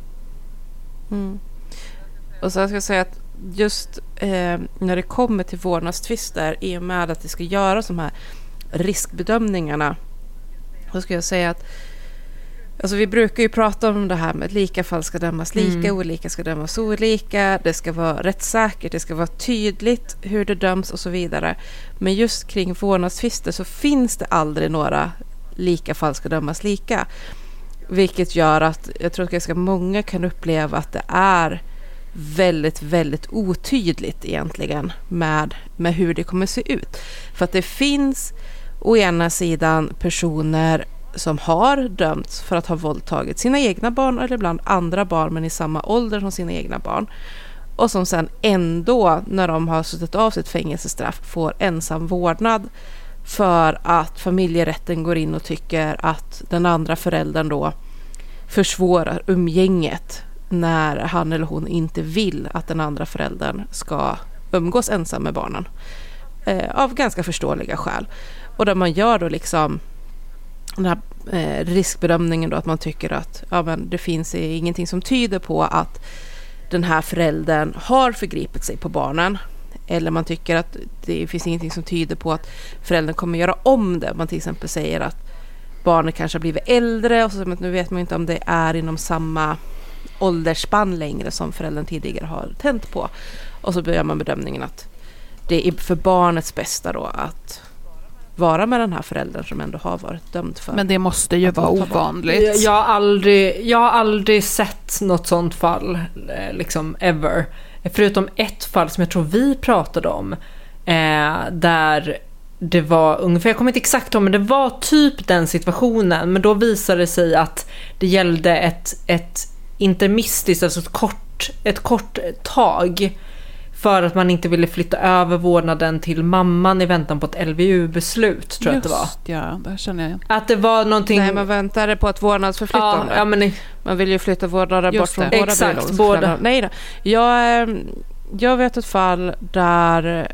Speaker 4: Och så ska jag säga att just när det kommer till vårdnadstvister, i och med att det ska göras de här riskbedömningarna, så ska jag säga att alltså vi brukar ju prata om det här med att lika fall ska dömas lika, olika ska dömas olika, det ska vara rättssäkert, det ska vara tydligt hur det döms och så vidare. Men just kring vårdnadstvister så finns det aldrig några lika fall ska dömas lika. Vilket gör att jag tror att ganska många kan uppleva att det är väldigt, väldigt otydligt egentligen med hur det kommer se ut. För att det finns å ena sidan personer som har dömts för att ha våldtagit sina egna barn eller ibland andra barn men i samma ålder som sina egna barn, och som sen ändå när de har suttit av sitt fängelsestraff får ensam vårdnad för att familjerätten går in och tycker att den andra föräldern då försvårar umgänget när han eller hon inte vill att den andra föräldern ska umgås ensam med barnen av ganska förståeliga skäl. Och där man gör då liksom den här riskbedömningen då, att man tycker att men det finns ingenting som tyder på att den här föräldern har förgripit sig på barnen, eller man tycker att det finns ingenting som tyder på att föräldern kommer göra om det. Man till exempel säger att barnet kanske har blivit äldre och så, men nu vet man inte om det är inom samma åldersspann längre som föräldern tidigare har tänt på, och så börjar man bedömningen att det är för barnets bästa då att vara med den här föräldern som ändå har varit dömd för.
Speaker 5: Men det måste ju vara ovanligt.
Speaker 6: Jag har aldrig sett något sånt fall liksom ever. Förutom ett fall som jag tror vi pratade om där det var ungefär, jag kommer inte exakt om, men det var typ den situationen, men då visade det sig att det gällde ett intermistiskt, alltså ett kort tag, för att man inte ville flytta över vårdnaden till mamman i väntan på ett LVU-beslut, tror jag att det var.
Speaker 5: Ja, det känner jag igen.
Speaker 6: Att det var någonting...
Speaker 4: Nej, man väntade på ett vårdnadsförflyttande.
Speaker 6: Ja, men
Speaker 4: man vill ju flytta vårdnaden bort från båda.
Speaker 6: Exakt, båda.
Speaker 4: Nej då. Jag vet ett fall där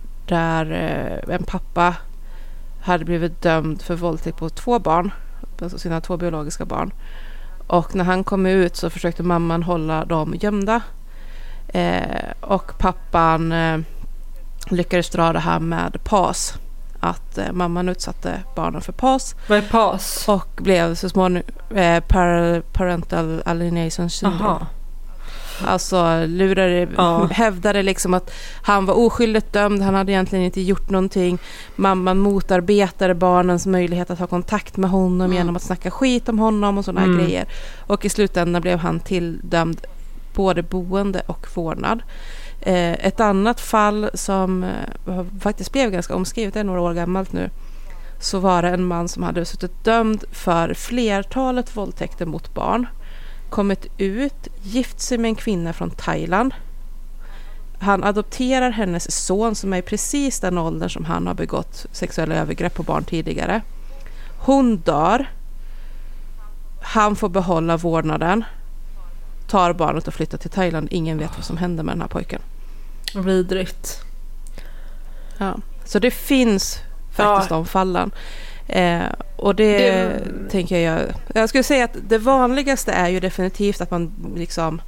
Speaker 4: en pappa hade blivit dömd för våldtäkt på 2 barn, alltså sina 2 biologiska barn. Och när han kom ut så försökte mamman hålla dem gömda. Och pappan lyckades dra det här med PAS, att mamman utsatte barnen för PAS.
Speaker 6: Vad är PAS?
Speaker 4: Och blev så småningom parental alienation syndrome.
Speaker 6: Aha.
Speaker 4: Alltså hävdade liksom att han var oskyldigt dömd, han hade egentligen inte gjort någonting. Mamman motarbetade barnens möjlighet att ha kontakt med honom genom att snacka skit om honom och sådana här grejer. Och i slutändan blev han tilldömd både boende och vårdnad. Ett annat fall som faktiskt blev ganska omskrivet, är några år gammalt nu, så var det en man som hade suttit dömd för flertalet våldtäkter mot barn, kommit ut, gift sig med en kvinna från Thailand, Han adopterar hennes son som är precis den åldern som han har begått sexuella övergrepp på barn tidigare. Hon dör. Han får behålla vårdnaden. Tar barnet och flyttar till Thailand. Ingen vet vad som händer med den här pojken.
Speaker 6: Vidrigt.
Speaker 4: Ja. Så det finns faktiskt de fallen. Och det tänker jag skulle säga att det vanligaste är ju definitivt att man liksom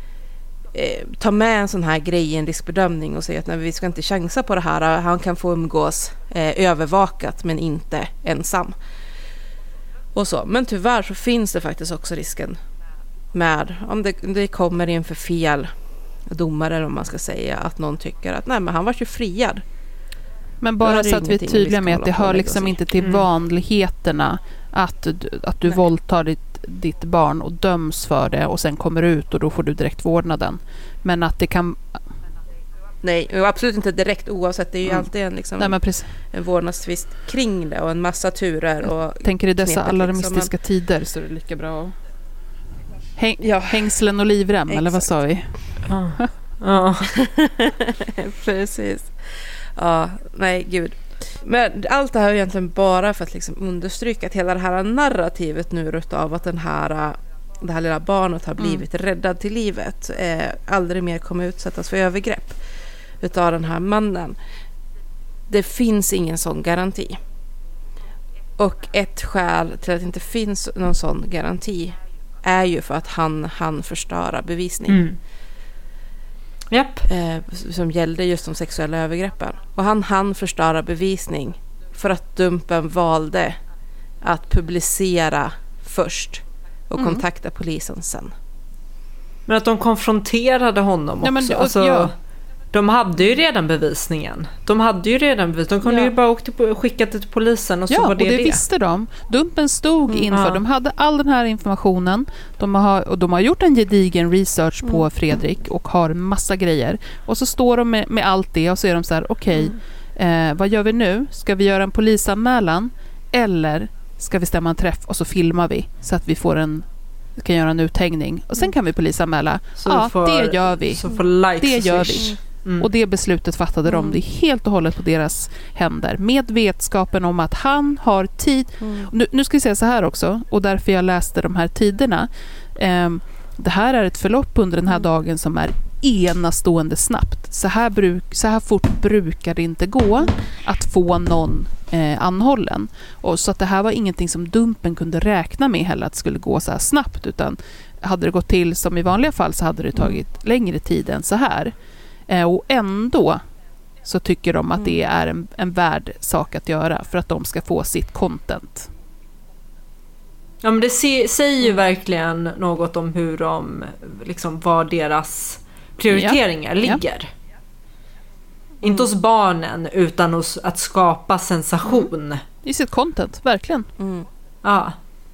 Speaker 4: tar med en sån här grej i en riskbedömning och säger att nej, vi ska inte chansa på det här. Han kan få umgås övervakat men inte ensam. Och så. Men tyvärr så finns det faktiskt också risken med om det kommer in för fel domare, om man ska säga, att någon tycker att nej, men han var ju friad.
Speaker 5: Men bara så att vi är tydliga med att det hör liksom inte till vanligheterna att du våldtar ditt barn och döms för det och sen kommer ut och då får du direkt vårdnaden. Men att det kan...
Speaker 4: Nej, absolut inte direkt, oavsett. Det är ju alltid en vårdnadstvist kring det och en massa turer. Och
Speaker 5: tänker i dessa alarmistiska tider så är det lika bra hängslen och livrem, eller vad sa vi?
Speaker 6: Ja.
Speaker 4: Precis. Ja, nej, gud. Men allt det här är egentligen bara för att liksom understryka att hela det här narrativet nu utav att det här lilla barnet har blivit räddad till livet, aldrig mer kommer utsättas för övergrepp utav den här mannen. Det finns ingen sån garanti. Och ett skäl till att det inte finns någon sån garanti är ju för att han förstöra bevisning.
Speaker 6: Japp.
Speaker 4: Som gällde just de sexuella övergreppen. Och han förstöra bevisning för att Dumpen valde att publicera först och kontakta polisen sen.
Speaker 6: Men att de konfronterade honom också. De hade ju redan bevisningen. De kunde ju bara skickat det till polisen och så var det.
Speaker 5: Och det visste de. Dumpen stod inför. De hade all den här informationen. De har gjort en gedigen research på Fredrik och har en massa grejer. Och så står de med allt det och så är de så här, okej, vad gör vi nu? Ska vi göra en polisanmälan eller ska vi stämma en träff och så filmar vi så att vi kan göra en uthängning och sen kan vi polisanmäla. Det gör vi.
Speaker 6: Så får likes.
Speaker 5: Det gör vi. Och det beslutet fattade de. Det är helt och hållet på deras händer. Med vetskapen om att han har tid. Nu ska jag säga så här också. Och därför jag läste de här tiderna. Det här är ett förlopp under den här dagen som är enastående snabbt. Så här fort brukar det inte gå att få någon anhållen. Och så att det här var ingenting som Dumpen kunde räkna med heller att det skulle gå så här snabbt. Utan hade det gått till som i vanliga fall så hade det tagit längre tid än så här. Och ändå så tycker de att det är en värd sak att göra för att de ska få sitt content.
Speaker 6: Ja, men det säger ju verkligen något om hur de liksom, var deras prioriteringar ligger. Inte hos barnen utan hos att skapa sensation.
Speaker 5: I sitt content, verkligen.
Speaker 6: Ja.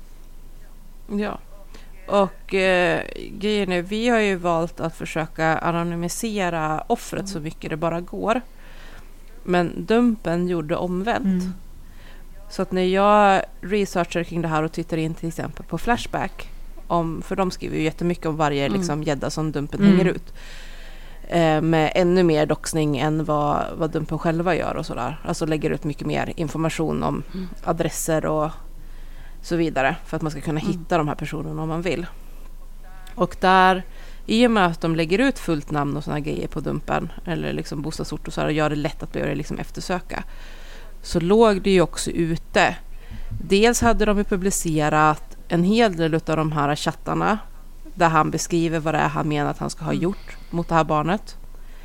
Speaker 4: Och grejen är, vi har ju valt att försöka anonymisera offret så mycket det bara går. Men Dumpen gjorde omvänt. Så att när jag researchar kring det här och tittar in till exempel på Flashback, för de skriver ju jättemycket om varje gädda som Dumpen hänger ut. Med ännu mer doxning än vad Dumpen själva gör och sådär. Alltså lägger ut mycket mer information om adresser och så vidare för att man ska kunna hitta de här personerna om man vill. Och där, i och med att de lägger ut fullt namn och såna grejer på Dumpen eller liksom bostadsort och så här, och gör det lätt att bli liksom eftersöka, så låg det ju också ute. Dels hade de ju publicerat en hel del av de här chattarna där han beskriver vad det är han menar att han ska ha gjort mot det här barnet.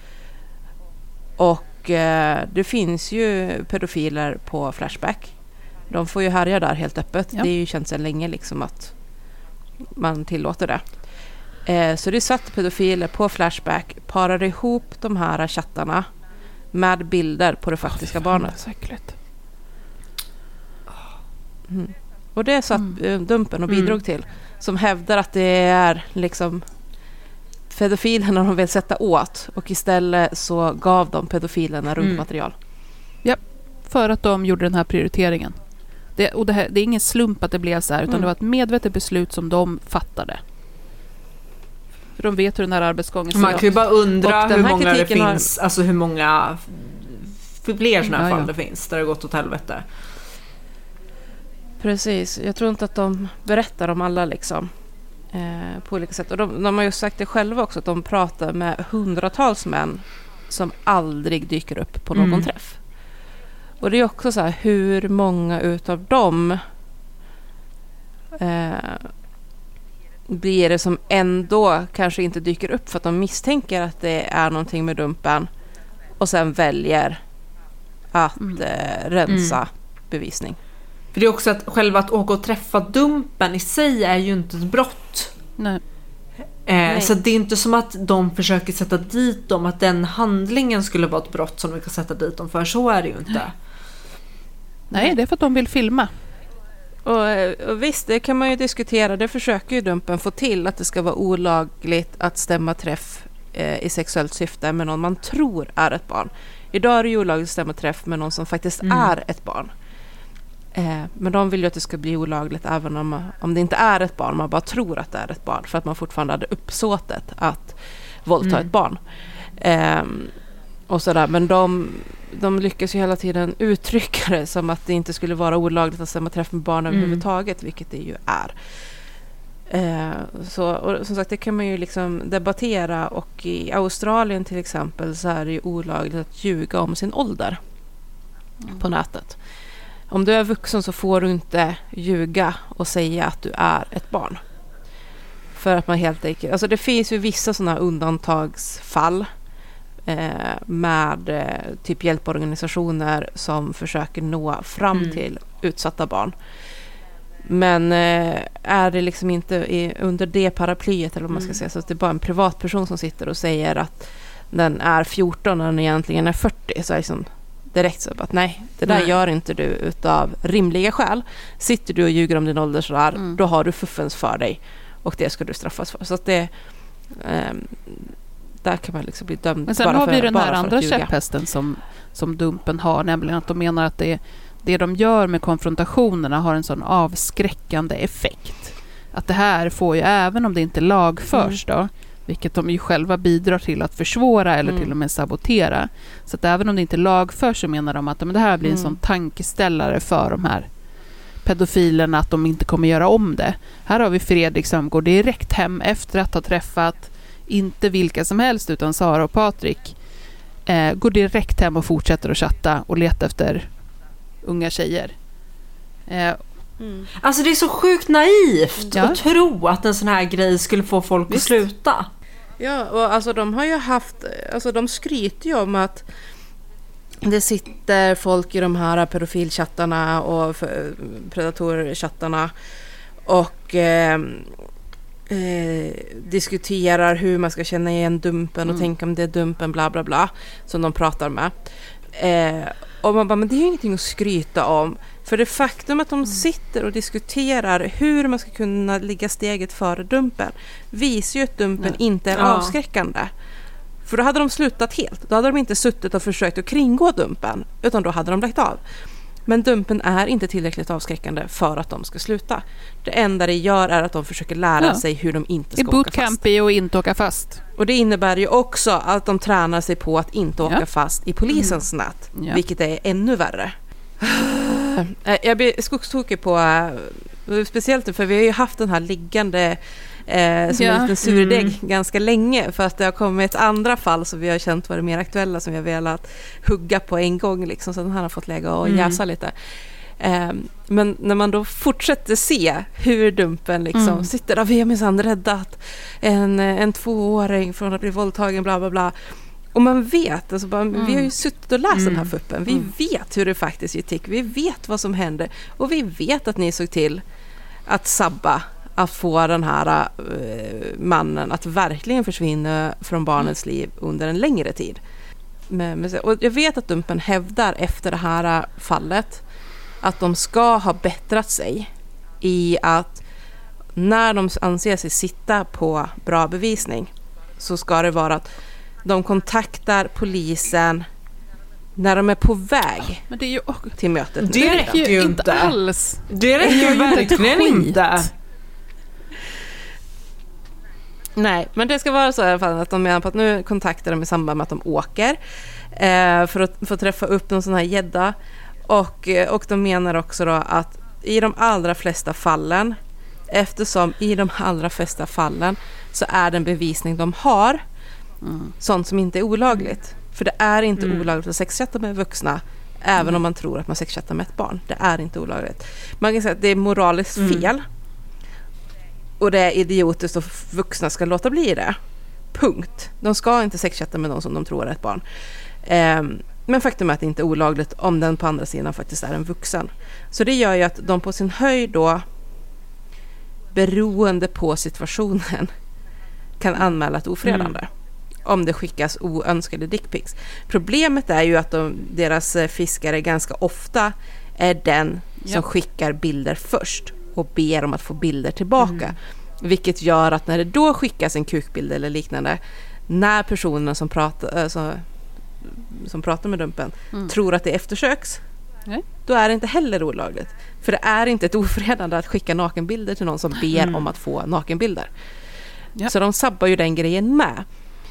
Speaker 4: Och det finns ju pedofiler på Flashback. De får ju härja där helt öppet. Ja. Det är ju känt sedan länge liksom att man tillåter det. Så det satt pedofiler på Flashback, parade ihop de här chattarna med bilder på det faktiska barnet. Och det satt Dumpen och bidrog till, som hävdar att det är liksom pedofilerna de vill sätta åt, och istället så gav de pedofilerna rumpmaterial.
Speaker 5: Ja, för att de gjorde den här prioriteringen. Det är ingen slump att det blev så här, utan det var ett medvetet beslut som de fattade. För de vet hur den här arbetsgången ser ut.
Speaker 6: Man kan ju bara undra hur många det
Speaker 4: kritiken
Speaker 6: finns, alltså hur många fler sådana här fall det finns där det har gått åt helvete.
Speaker 4: Precis, jag tror inte att de berättar om alla liksom, på olika sätt. Och de har ju sagt det själva också, att de pratar med hundratals män som aldrig dyker upp på någon träff. Och det är också så här, hur många utav dem blir det som ändå kanske inte dyker upp för att de misstänker att det är någonting med dumpen och sen väljer att rensa bevisning.
Speaker 6: För det är också att själva att åka och träffa dumpen i sig är ju inte ett brott.
Speaker 5: Nej.
Speaker 6: Så det är inte som att de försöker sätta dit dem, att den handlingen skulle vara ett brott som vi kan sätta dit dem för. Så är det ju inte.
Speaker 5: Nej, det är för att de vill filma.
Speaker 4: Och visst, det kan man ju diskutera. Det försöker ju dumpen få till, att det ska vara olagligt att stämma träff i sexuellt syfte med någon man tror är ett barn. Idag är det ju olagligt att stämma träff med någon som faktiskt är ett barn. Men de vill ju att det ska bli olagligt även om det inte är ett barn, man bara tror att det är ett barn, för att man fortfarande hade uppsåtet att våldta ett barn. Och sådär. Men de lyckas ju hela tiden uttrycka det som att det inte skulle vara olagligt att stämma träff med barn överhuvudtaget, vilket det ju är. Så, och som sagt, det kan man ju liksom debattera, och i Australien till exempel så är det ju olagligt att ljuga om sin ålder på nätet. Om du är vuxen så får du inte ljuga och säga att du är ett barn. För att man helt enkelt... Alltså det finns ju vissa sådana undantagsfall med typ hjälporganisationer som försöker nå fram till utsatta barn. Men är det liksom inte under det paraplyet, eller vad man ska säga, så att det är bara en privatperson som sitter och säger att den är 14 när den egentligen är 40, så är det liksom direkt så att nej, det där gör inte du utav rimliga skäl. Sitter du och ljuger om din ålder sådär, då har du fuffens för dig, och det ska du straffas för. Så att det där kan man liksom bli dömd.
Speaker 5: Men sen
Speaker 4: bara
Speaker 5: har vi
Speaker 4: för,
Speaker 5: den här andra
Speaker 4: ljuga.
Speaker 5: käpphästen som dumpen har, nämligen att de menar att det de gör med konfrontationerna har en sån avskräckande effekt. Att det här får ju, även om det inte lagförs då, vilket de ju själva bidrar till att försvåra eller till och med sabotera. Så att även om det inte lagförs, så menar de att det här blir en sån tankeställare för de här pedofilerna, att de inte kommer göra om det. Här har vi Fredrik som går direkt hem efter att ha träffat inte vilka som helst utan Sara och Patrik. Går direkt hem och fortsätter att chatta och leta efter unga tjejer.
Speaker 6: Alltså det är så sjukt naivt att tro att en sån här grej skulle få folk att sluta.
Speaker 4: Ja, och alltså de har ju haft, alltså de skryter ju om att det sitter folk i de här pedofilchattarna och predatorchattarna och diskuterar hur man ska känna igen dumpen och tänka om det är dumpen, bla bla bla, som de pratar med. Och man bara, men det är ju ingenting att skryta om. För det faktum att de sitter och diskuterar hur man ska kunna ligga steget före dumpen visar ju att dumpen inte är avskräckande. För då hade de slutat helt. Då hade de inte suttit och försökt att kringgå dumpen, utan då hade de lagt av. Men dumpen är inte tillräckligt avskräckande för att de ska sluta. Det enda det gör är att de försöker lära sig hur de inte ska åka fast.
Speaker 5: I bootcamp och inte åka fast.
Speaker 4: Och det innebär ju också att de tränar sig på att inte åka fast i polisens nät. Vilket är ännu värre. Jag blir skogstokig på, speciellt för vi har ju haft den här liggande som en liten surdeg ganska länge, för att det har kommit andra fall som vi har känt var mer aktuella, som vi har velat hugga på en gång liksom, så den här har fått lägga och jäsa lite. Men när man då fortsätter se hur dumpen liksom sitter där, vi har minsann räddat en 2-åring från att bli våldtagen, bla bla bla. Och man vet, alltså bara, vi har ju suttit och läst den här fuppen. Vi vet hur det faktiskt gick. Vi vet vad som hände. Och vi vet att ni såg till att sabba, att få den här mannen att verkligen försvinna från barnens liv under en längre tid. Och jag vet att dumpen hävdar efter det här fallet att de ska ha bättrat sig i att när de anser sig sitta på bra bevisning, så ska det vara att de kontaktar polisen när de är på väg till mötet.
Speaker 6: Det räcker ju inte alls. Det räcker ju verkligen inte.
Speaker 4: Nej, men det ska vara så i alla fall att de menar på att nu kontaktar de i samband med att de åker för att få träffa upp någon sån här gädda. Och de menar också då att i de allra flesta fallen, eftersom i de allra flesta fallen så är den bevisning de har sånt som inte är olagligt. För det är inte olagligt att sexchatta med vuxna även om man tror att man sexchattar med ett barn. Det är inte olagligt. Man kan säga att det är moraliskt fel. Och det är idiotiskt att vuxna ska låta bli det. Punkt. De ska inte sexchatta med någon som de tror är ett barn. Men faktum är att det inte är olagligt om den på andra sidan faktiskt är en vuxen. Så det gör ju att de på sin höjd då, beroende på situationen, kan anmäla ett ofredande. Om det skickas oönskade dickpics. Problemet är ju att deras fiskare ganska ofta är den som skickar bilder först och ber om att få bilder tillbaka. Vilket gör att när det då skickas en kukbild eller liknande, när personen som pratar med dumpen tror att det eftersöks, då är det inte heller olagligt. För det är inte ett ofredande att skicka nakenbilder till någon som ber om att få nakenbilder. Så de sabbar ju den grejen med.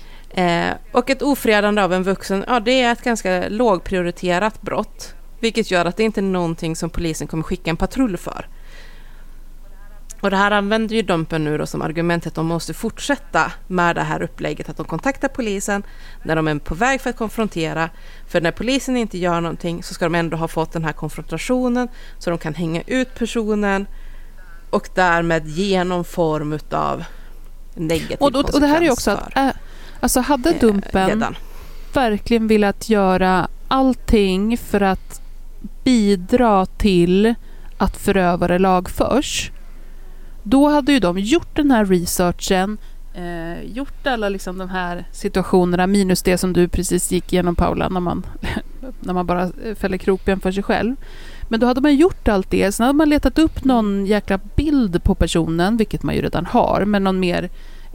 Speaker 4: Och ett ofredande av en vuxen, det är ett ganska lågprioriterat brott. Vilket gör att det inte är någonting som polisen kommer skicka en patrull för. Och det här använder ju dumpen nu då som argument att de måste fortsätta med det här upplägget. Att de kontaktar polisen när de är på väg för att konfrontera. För när polisen inte gör någonting så ska de ändå ha fått den här konfrontationen. Så de kan hänga ut personen och därmed ge någon form av negativ konsekvens.
Speaker 5: Och det här är ju också att alltså hade dumpen verkligen velat göra allting för att bidra till att förövare lagförs, då hade ju de gjort den här researchen, gjort alla liksom de här situationerna, minus det som du precis gick igenom, Paula, när man bara fäller krokben för sig själv. Men då hade man gjort allt det. Sen hade man letat upp någon jäkla bild på personen, vilket man ju redan har, men någon mer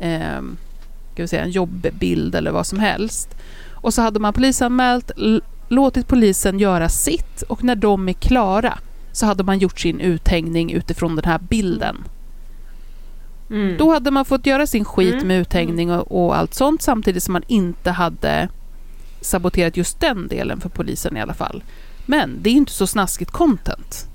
Speaker 5: ska vi säga, en jobbbild eller vad som helst. Och så hade man polisanmält, låtit polisen göra sitt, och när de är klara så hade man gjort sin uthängning utifrån den här bilden. Då hade man fått göra sin skit med uthängning och allt sånt, samtidigt som man inte hade saboterat just den delen för polisen i alla fall. Men det är inte så snaskigt content.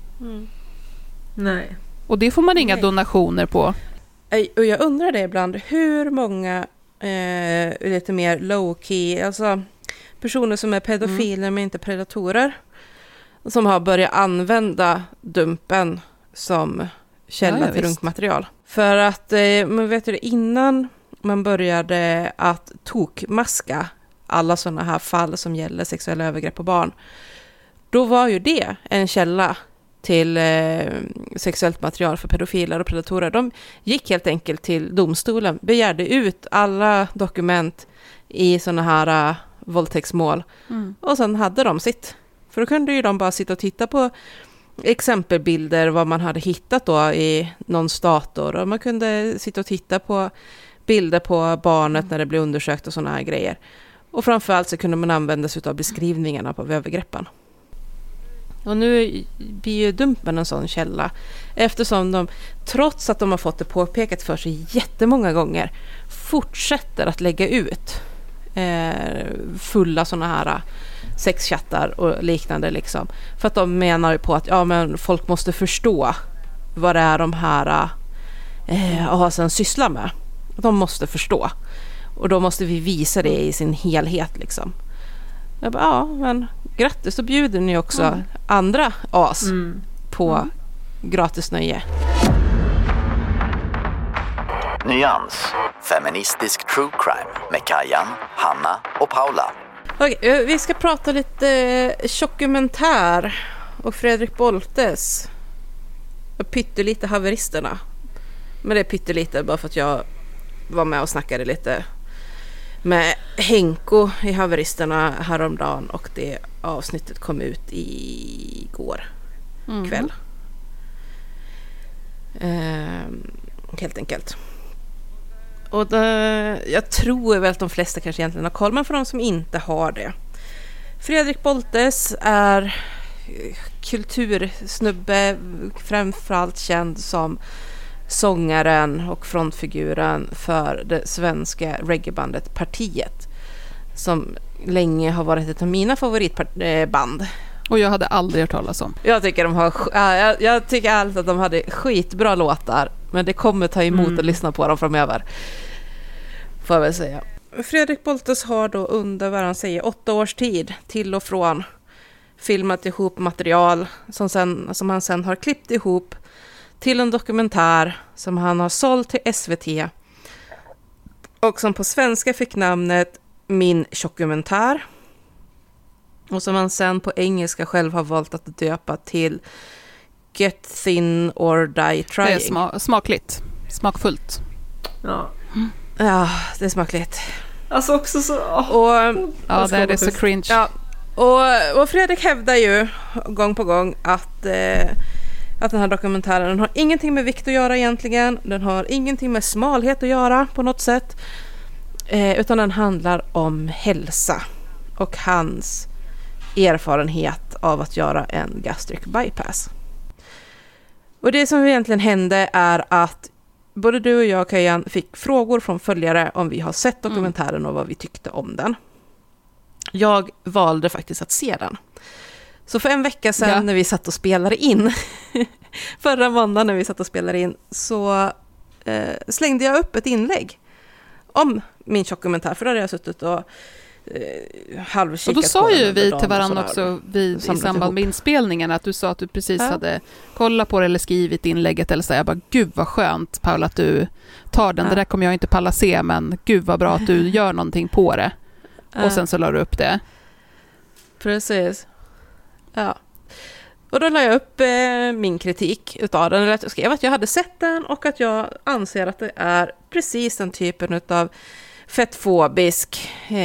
Speaker 6: Nej.
Speaker 5: Och det får man inga donationer på.
Speaker 4: Och jag undrar det ibland, hur många lite mer low-key, alltså personer som är pedofiler men inte predatorer, som har börjat använda dumpen som källa till runkmaterial. För att man vet ju, innan man började att tokmaska alla sådana här fall som gäller sexuella övergrepp på barn, då var ju det en källa till sexuellt material för pedofiler och predatorer. De gick helt enkelt till domstolen, begärde ut alla dokument i sådana här våldtäktsmål och sen hade de sitt. För då kunde ju de bara sitta och titta på exempelbilder, vad man hade hittat då i någon dator, och man kunde sitta och titta på bilder på barnet när det blev undersökt och sådana här grejer. Och framförallt så kunde man använda sig av beskrivningarna på övergreppen. Och nu blir ju dumpen en sån källa, eftersom de, trots att de har fått det påpekat för sig jättemånga gånger, fortsätter att lägga ut fulla såna här sexchattar och liknande liksom. För att de menar på att men folk måste förstå vad det är de här asen sysslar med. De måste förstå. Och då måste vi visa det i sin helhet liksom. Jag bara, men grattis, så bjuder ni också andra as på gratis nöje.
Speaker 9: Nyans. Feministisk true crime med Kajan, Hanna och Paula.
Speaker 4: Okej, vi ska prata lite dokumentär och Fredrik Boltes och pyttelite haveristerna. Men det är pyttelite bara för att jag var med och snackade lite med Henko i haveristerna häromdagen, och det avsnittet kom ut igår kväll. Helt enkelt. Och jag tror väl att de flesta kanske egentligen har koll, men för de som inte har det. Fredrik Boltes är kultursnubbe, framförallt känd som sångaren och frontfiguren för det svenska reggaebandet Partiet, som länge har varit ett av mina favoritband.
Speaker 5: Och jag hade aldrig hört talas om.
Speaker 4: Jag tycker allt att de hade skitbra låtar, men det kommer ta emot att lyssna på dem framöver, får jag väl säga. Fredrik Boltes har då under vad han säger 8 års tid till och från filmat ihop material som han sen har klippt ihop till en dokumentär som han har sålt till SVT och som på svenska fick namnet Min Tjockumentär, och som han sen på engelska själv har valt att döpa till Get Thin or Die Trying.
Speaker 5: Det är smakligt. Smakfullt.
Speaker 4: Ja, det är smakligt.
Speaker 6: Alltså också så...
Speaker 5: Ja, det är så cringe.
Speaker 4: Ja, och Fredrik hävdar ju gång på gång att den här dokumentären har ingenting med vikt att göra egentligen. Den har ingenting med smalhet att göra på något sätt. Utan den handlar om hälsa och hans erfarenhet av att göra en gastric bypass. Och det som egentligen hände är att både du och jag, Kajan, fick frågor från följare om vi har sett dokumentären och vad vi tyckte om den. Jag valde faktiskt att se den. Så för en vecka sedan när vi satt och spelade in, förra måndagen när vi satt och spelade in, så slängde jag upp ett inlägg om min tjockumentär, för då hade jag suttit och halvkikat.
Speaker 5: Och då sa ju vi till varandra
Speaker 4: också
Speaker 5: i samband med inspelningen att du sa att du precis hade kollat på det eller skrivit inlägget eller så. Jag bara, gud vad skönt, Paula, att du tar den. Det där kommer jag inte palla se, men gud vad bra att du gör någonting på det. Och sen så la du upp det.
Speaker 4: Precis. Ja. Och då la jag upp min kritik utav den. Eller att jag skrev att jag hade sett den och att jag anser att det är precis den typen utav fettfobisk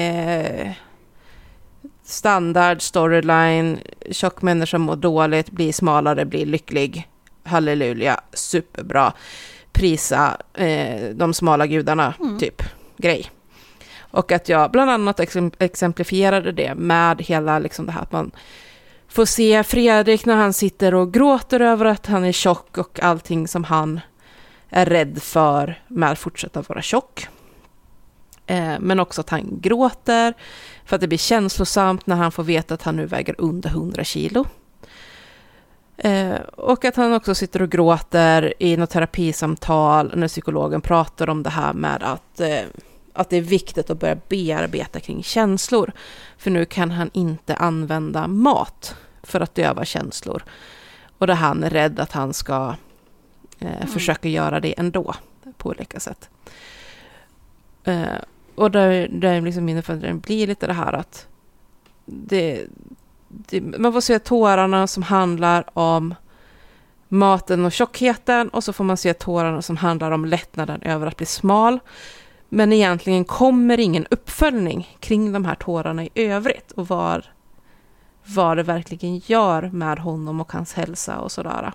Speaker 4: standard storyline. Tjock människa mår dåligt, blir smalare, blir lycklig. Halleluja, superbra. Prisa de smala gudarna, typ grej. Och att jag bland annat exemplifierade det med hela liksom det här att man får se Fredrik när han sitter och gråter över att han är tjock och allting som han är rädd för med att fortsätta vara tjock. Men också att han gråter för att det blir känslosamt när han får veta att han nu väger under 100 kilo. Och att han också sitter och gråter i något terapisamtal när psykologen pratar om det här med att det är viktigt att börja bearbeta kring känslor. För nu kan han inte använda mat för att döva känslor. Och där han är rädd att han ska försöka göra det ändå på olika sätt. Och där liksom min uppfattning blir lite det här att man får se tårarna som handlar om maten och tjockheten, och så får man se tårarna som handlar om lättnaden över att bli smal. Men egentligen kommer ingen uppföljning kring de här tårarna i övrigt och vad det verkligen gör med honom och hans hälsa och sådär.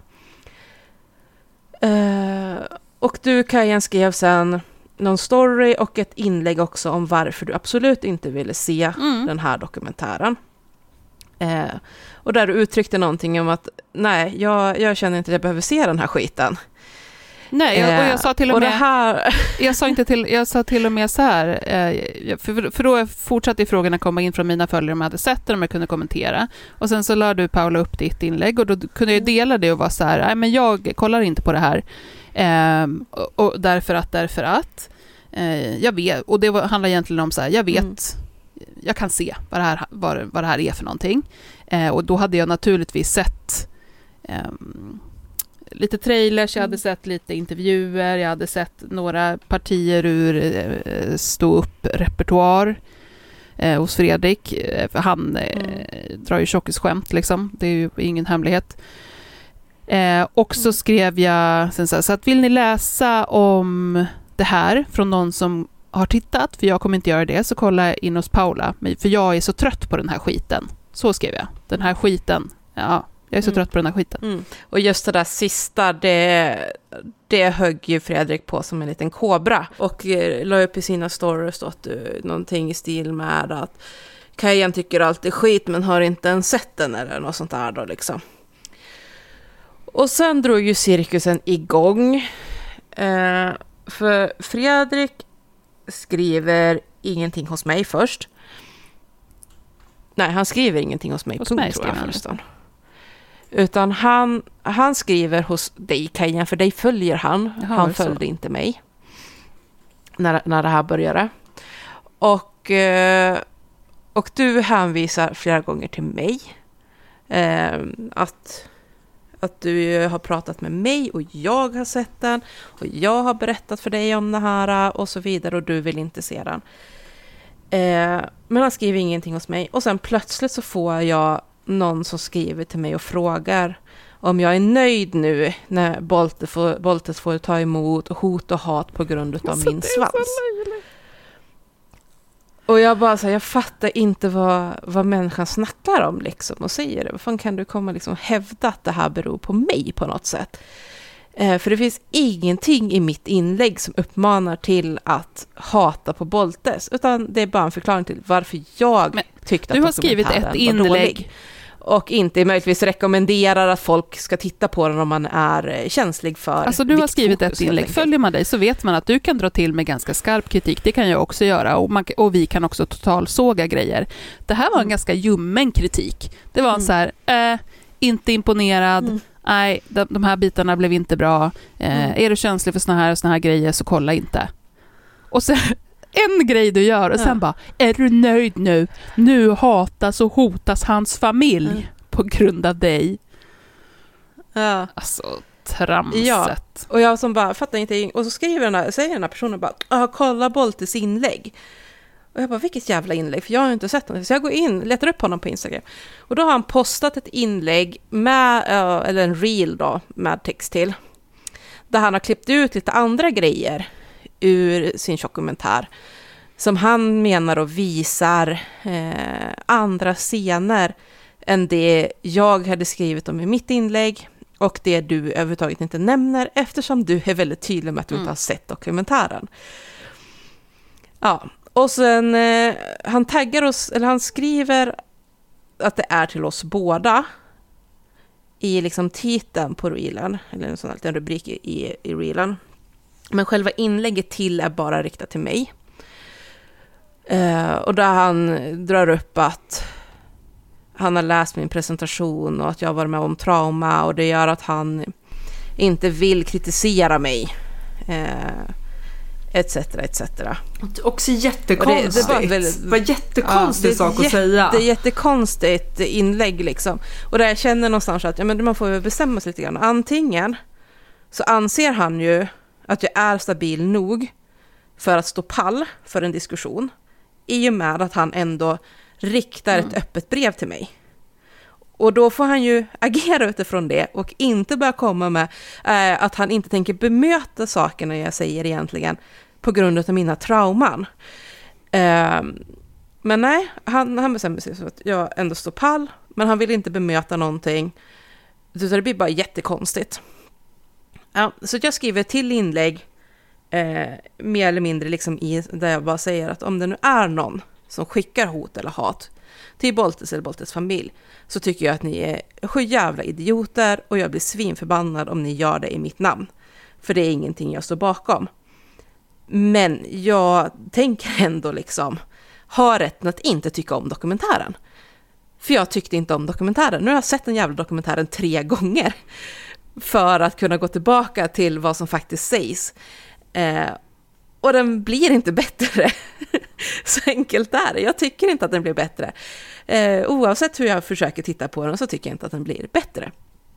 Speaker 4: Och du, Kajan, skrev sen någon story och ett inlägg också om varför du absolut inte ville se den här dokumentären. Och där du uttryckte någonting om att nej, jag känner inte att jag behöver se den här skiten.
Speaker 5: Nej, och jag sa till och med jag sa till och med så här, för då fortsatte frågorna komma in från mina följare om jag hade sett det, om jag kunde kommentera. Och sen så lade du, Paula, upp ditt inlägg och då kunde jag dela det och vara så här, nej men jag kollar inte på det här. Och därför att jag vet, och det handlar egentligen om så här, jag vet, jag kan se vad det här är för någonting. Och då hade jag naturligtvis sett lite trailers, jag hade sett lite intervjuer, jag hade sett några partier ur stå upp repertoar hos Fredrik. Han drar ju tjockisskämt liksom, det är ju ingen hemlighet. Och så skrev jag sen så att vill ni läsa om det här från någon som har tittat, för jag kommer inte göra det, så kolla in hos Paula, för jag är så trött på den här skiten. Så skrev jag. Den här skiten, ja, jag är så trött på den här skiten.
Speaker 4: Och just det där sista, det högg ju Fredrik på som en liten kobra. Och la upp i sina stories någonting i stil med att Kajan tycker allt är skit men har inte ens sett den eller något sånt där då liksom. Och sen drog ju cirkusen igång. För Fredrik skriver ingenting hos mig först. Nej, han skriver ingenting hos mig.
Speaker 5: Hos mig
Speaker 4: tror jag
Speaker 5: skriver
Speaker 4: förresten. Utan han skriver hos dig, Kajan, för dig följer han.
Speaker 5: Jaha,
Speaker 4: Han följde inte mig när det här började. Och du hänvisar flera gånger till mig. Att du har pratat med mig och jag har sett den. Och jag har berättat för dig om det här och så vidare. Och du vill inte se den. Men han skriver ingenting hos mig. Och sen plötsligt så får jag någon som skriver till mig och frågar om jag är nöjd nu när Boltes får ta emot hot och hat på grund av min svans. Och jag bara så här, jag fattar inte vad människan snackar om liksom och säger det. Vad fan kan du komma liksom hävda att det här beror på mig på något sätt? För det finns ingenting i mitt inlägg som uppmanar till att hata på Boltes, utan det är bara en förklaring till varför jag tyckte att
Speaker 5: du har skrivit ett inlägg
Speaker 4: och inte möjligtvis rekommenderar att folk ska titta på den om man är känslig för.
Speaker 5: Alltså du har skrivit ett inlägg. Följer man dig så vet man att du kan dra till med ganska skarp kritik. Det kan jag också göra. Och vi kan också totalsåga grejer. Det här var en ganska ljummen kritik. Det var en så här, inte imponerad. Nej, de här bitarna blev inte bra. Är du känslig för såna här grejer så kolla inte. Och sen en grej du gör och sen bara, är du nöjd nu? Nu hatas och hotas hans familj på grund av dig.
Speaker 4: Ja.
Speaker 5: Alltså, tramset.
Speaker 4: Ja. Och jag som bara fattar ingenting. Och så säger den här personen bara, kolla Boltes inlägg. Och jag bara, vilket jävla inlägg? För jag har inte sett honom. Så jag går in, letar upp honom på Instagram. Och då har han postat ett inlägg med, eller en reel då, med text till. Där han har klippt ut lite andra grejer ur sin dokumentär. Som han menar och visar andra scener än det jag hade skrivit om i mitt inlägg. Och det du överhuvudtaget inte nämner eftersom du är väldigt tydlig med att du inte har sett dokumentären. Ja. Och sen han taggar oss, eller han skriver att det är till oss båda i liksom titeln på reelen, eller en sån här rubrik i reelen. Men själva inlägget till är bara riktat till mig. Och där han drar upp att han har läst min presentation och att jag har varit med om trauma och det gör att han inte vill kritisera mig. Etc.
Speaker 6: Också jättekonstigt. Det var jättekonstigt sak att säga.
Speaker 4: Det är jättekonstigt inlägg liksom. Och där jag känner någonstans att man får bestämma sig lite grann. Antingen så anser han ju att jag är stabil nog för att stå pall för en diskussion i och med att han ändå riktar ett öppet brev till mig. Och då får han ju agera utifrån det och inte börja komma med att han inte tänker bemöta sakerna jag säger egentligen på grund av mina trauman. Men nej, han bestämmer sig så att jag ändå står pall, men han vill inte bemöta någonting. Så det blir bara jättekonstigt. Ja, så jag skriver till inlägg mer eller mindre liksom där jag bara säger att om det nu är någon som skickar hot eller hat till Boltes eller Boltes familj så tycker jag att ni är sjujävla idioter och jag blir svinförbannad om ni gör det i mitt namn. För det är ingenting jag står bakom. Men jag tänker ändå liksom ha rätten att inte tycka om dokumentären. För jag tyckte inte om dokumentären. Nu har jag sett den jävla dokumentären 3 gånger för att kunna gå tillbaka till vad som faktiskt sägs. Och den blir inte bättre. Så enkelt är det. Jag tycker inte att den blir bättre. Oavsett hur jag försöker titta på den så tycker jag inte att den blir bättre.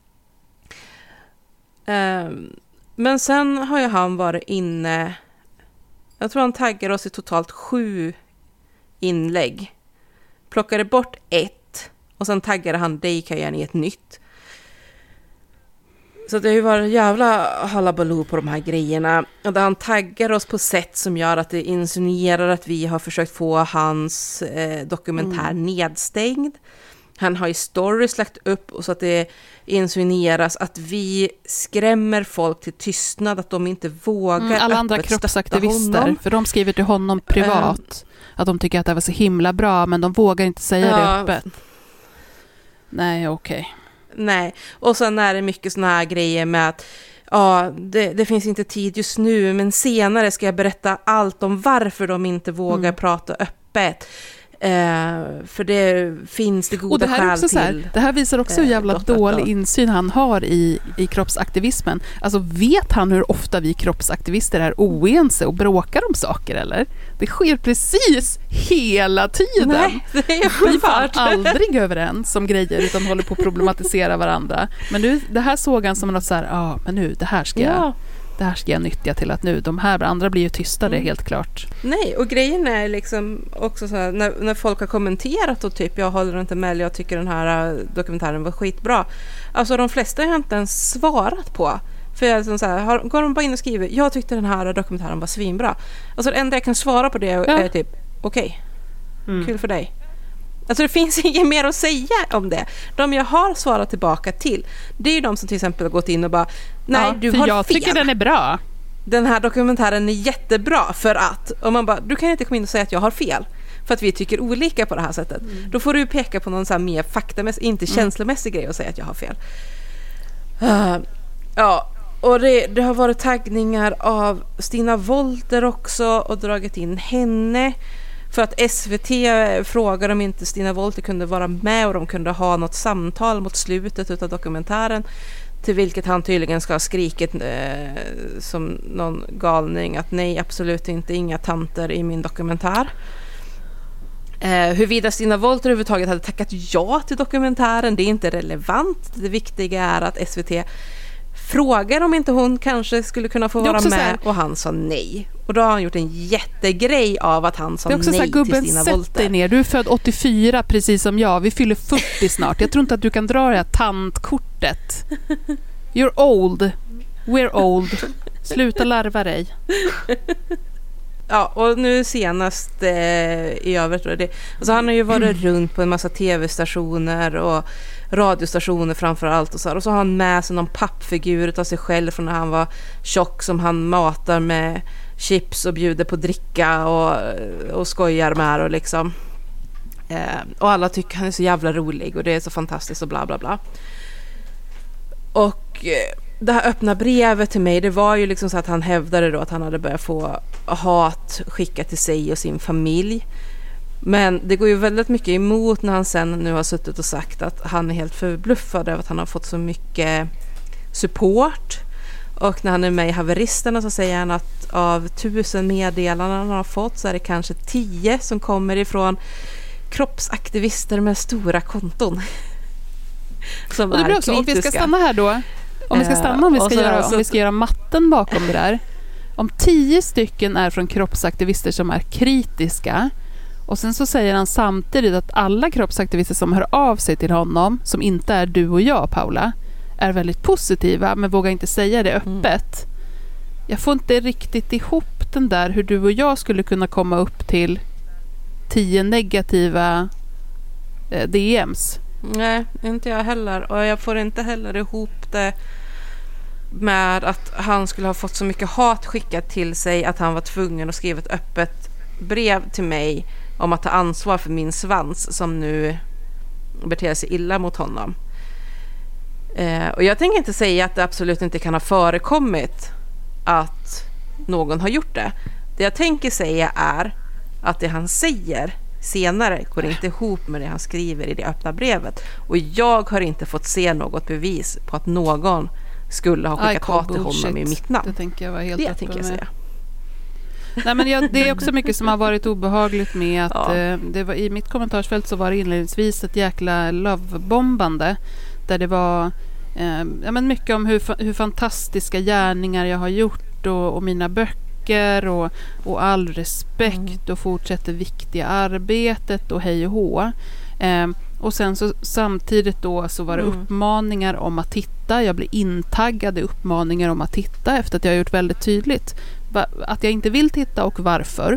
Speaker 4: Men sen har ju han varit inne... Jag tror han taggar oss i totalt 7 inlägg. Plockade bort 1 och sen taggade han dig, Kajan, i ett nytt. Så det har ju varit jävla halabaloo på de här grejerna. Och där han taggar oss på sätt som gör att det insinuerar att vi har försökt få hans dokumentär nedstängd. Han har ju stories lagt upp och så att det insinueras att vi skrämmer folk till tystnad, att de inte vågar
Speaker 5: alla andra kroppsaktivister, för de skriver till honom privat att de tycker att det var så himla bra, men de vågar inte säga det öppet. Nej, okej.
Speaker 4: Nej, och sen är det mycket såna här grejer med att ja, det finns inte tid just nu, men senare ska jag berätta allt om varför de inte vågar prata öppet. För det finns det goda skäl till.
Speaker 5: Här, det här visar också hur jävla dålig insyn han har i kroppsaktivismen. Alltså vet han hur ofta vi kroppsaktivister är oense och bråkar om saker, eller? Det sker precis hela tiden.
Speaker 4: Nej, det är
Speaker 5: vi får aldrig överens om grejer utan håller på att problematisera varandra. Men nu, det här såg han som något så här, men nu, det här ska jag nyttja till att nu, de här andra blir ju tystade helt klart.
Speaker 4: Nej, och grejen är liksom också så här, när folk har kommenterat och typ, jag håller inte med, jag tycker den här dokumentären var skitbra. Alltså de flesta har jag inte ens svarat på. För jag liksom så här, går de bara in och skriver, jag tyckte den här dokumentären var svinbra. Alltså det enda jag kan svara på det är typ, okej, kul för dig. Alltså det finns inget mer att säga om det. De jag har svarat tillbaka till, det är ju de som till exempel har gått in och bara, nej, du har fel.
Speaker 5: Jag tycker den är bra.
Speaker 4: Den här dokumentären är jättebra för att, och man bara, du kan inte komma in och säga att jag har fel för att vi tycker olika på det här sättet. Då får du peka på någon så här mer faktamässig, inte känslomässig grej och säga att jag har fel. Ja, och det har varit taggningar av Stina Wolter också och dragit in henne. För att SVT frågade om inte Stina Wolter kunde vara med och de kunde ha något samtal mot slutet av dokumentären. Till vilket han tydligen ska ha skrikit som någon galning att nej, absolut inte, inga tanter i min dokumentär. Huruvida Stina Wolter överhuvudtaget hade tackat ja till dokumentären, det är inte relevant. Det viktiga är att SVT frågar om inte hon kanske skulle kunna få vara med och han sa nej. Och då har han gjort en jättegrej av att han sa nej till Stina Wolter. Det är också så här, gubben, sätt dig ner. Du är född 84 precis som jag. Vi fyller 40 snart. Jag tror inte att du kan dra det här tantkortet. You're old. We're old. Sluta larva dig. Ja, och nu senast i övrigt alltså han har ju varit runt på en massa tv-stationer och radiostationer framförallt och så här. Och så har han med sig någon pappfigur av sig själv från när han var tjock som han matar med chips och bjuder på dricka och skojar med och liksom och alla tycker han är så jävla rolig och det är så fantastiskt och bla bla bla. Och det här öppna brevet till mig, det var ju liksom så att han hävdade då att han hade börjat få hat skickat till sig och sin familj. Men det går ju väldigt mycket emot när han sen nu har suttit och sagt att han är helt förbluffad över att han har fått så mycket support. Och när han är med i Haveristerna så säger han att av 1000 meddelanden han har fått så är det kanske 10 som kommer ifrån kroppsaktivister med stora konton. Som
Speaker 5: och det blir också, om vi ska stanna här då, om vi ska göra matten bakom det där. Om 10 stycken är från kroppsaktivister som är kritiska och sen så säger han samtidigt att alla kroppsaktivister som hör av sig till honom, som inte är du och jag, Paula, är väldigt positiva men vågar inte säga det öppet. Jag får inte riktigt ihop den där hur du och jag skulle kunna komma upp till 10 negativa DMs.
Speaker 4: Nej, inte jag heller. Och jag får inte heller ihop det med att han skulle ha fått så mycket hat skickat till sig att han var tvungen att skriva ett öppet brev till mig om att ta ansvar för min svans som nu beter sig illa mot honom. Och jag tänker inte säga att det absolut inte kan ha förekommit att någon har gjort det. Det jag tänker säga är att det han säger senare går inte ihop med det han skriver i det öppna brevet. Och jag har inte fått se något bevis på att någon skulle ha skickat hat till honom i mitt namn.
Speaker 5: Det tänker jag var helt
Speaker 4: det tänker jag säga.
Speaker 5: Nej, men det är också mycket som har varit obehagligt med att det var, i mitt kommentarsfält så var det inledningsvis ett jäkla lovebombande där det var mycket om hur fantastiska gärningar jag har gjort och mina böcker och all respekt och fortsätter viktiga arbetet och hej och hå. Och sen så samtidigt då så var det uppmaningar om att titta. Jag blev intaggad i uppmaningar om att titta efter att jag har gjort väldigt tydligt att jag inte vill titta och varför.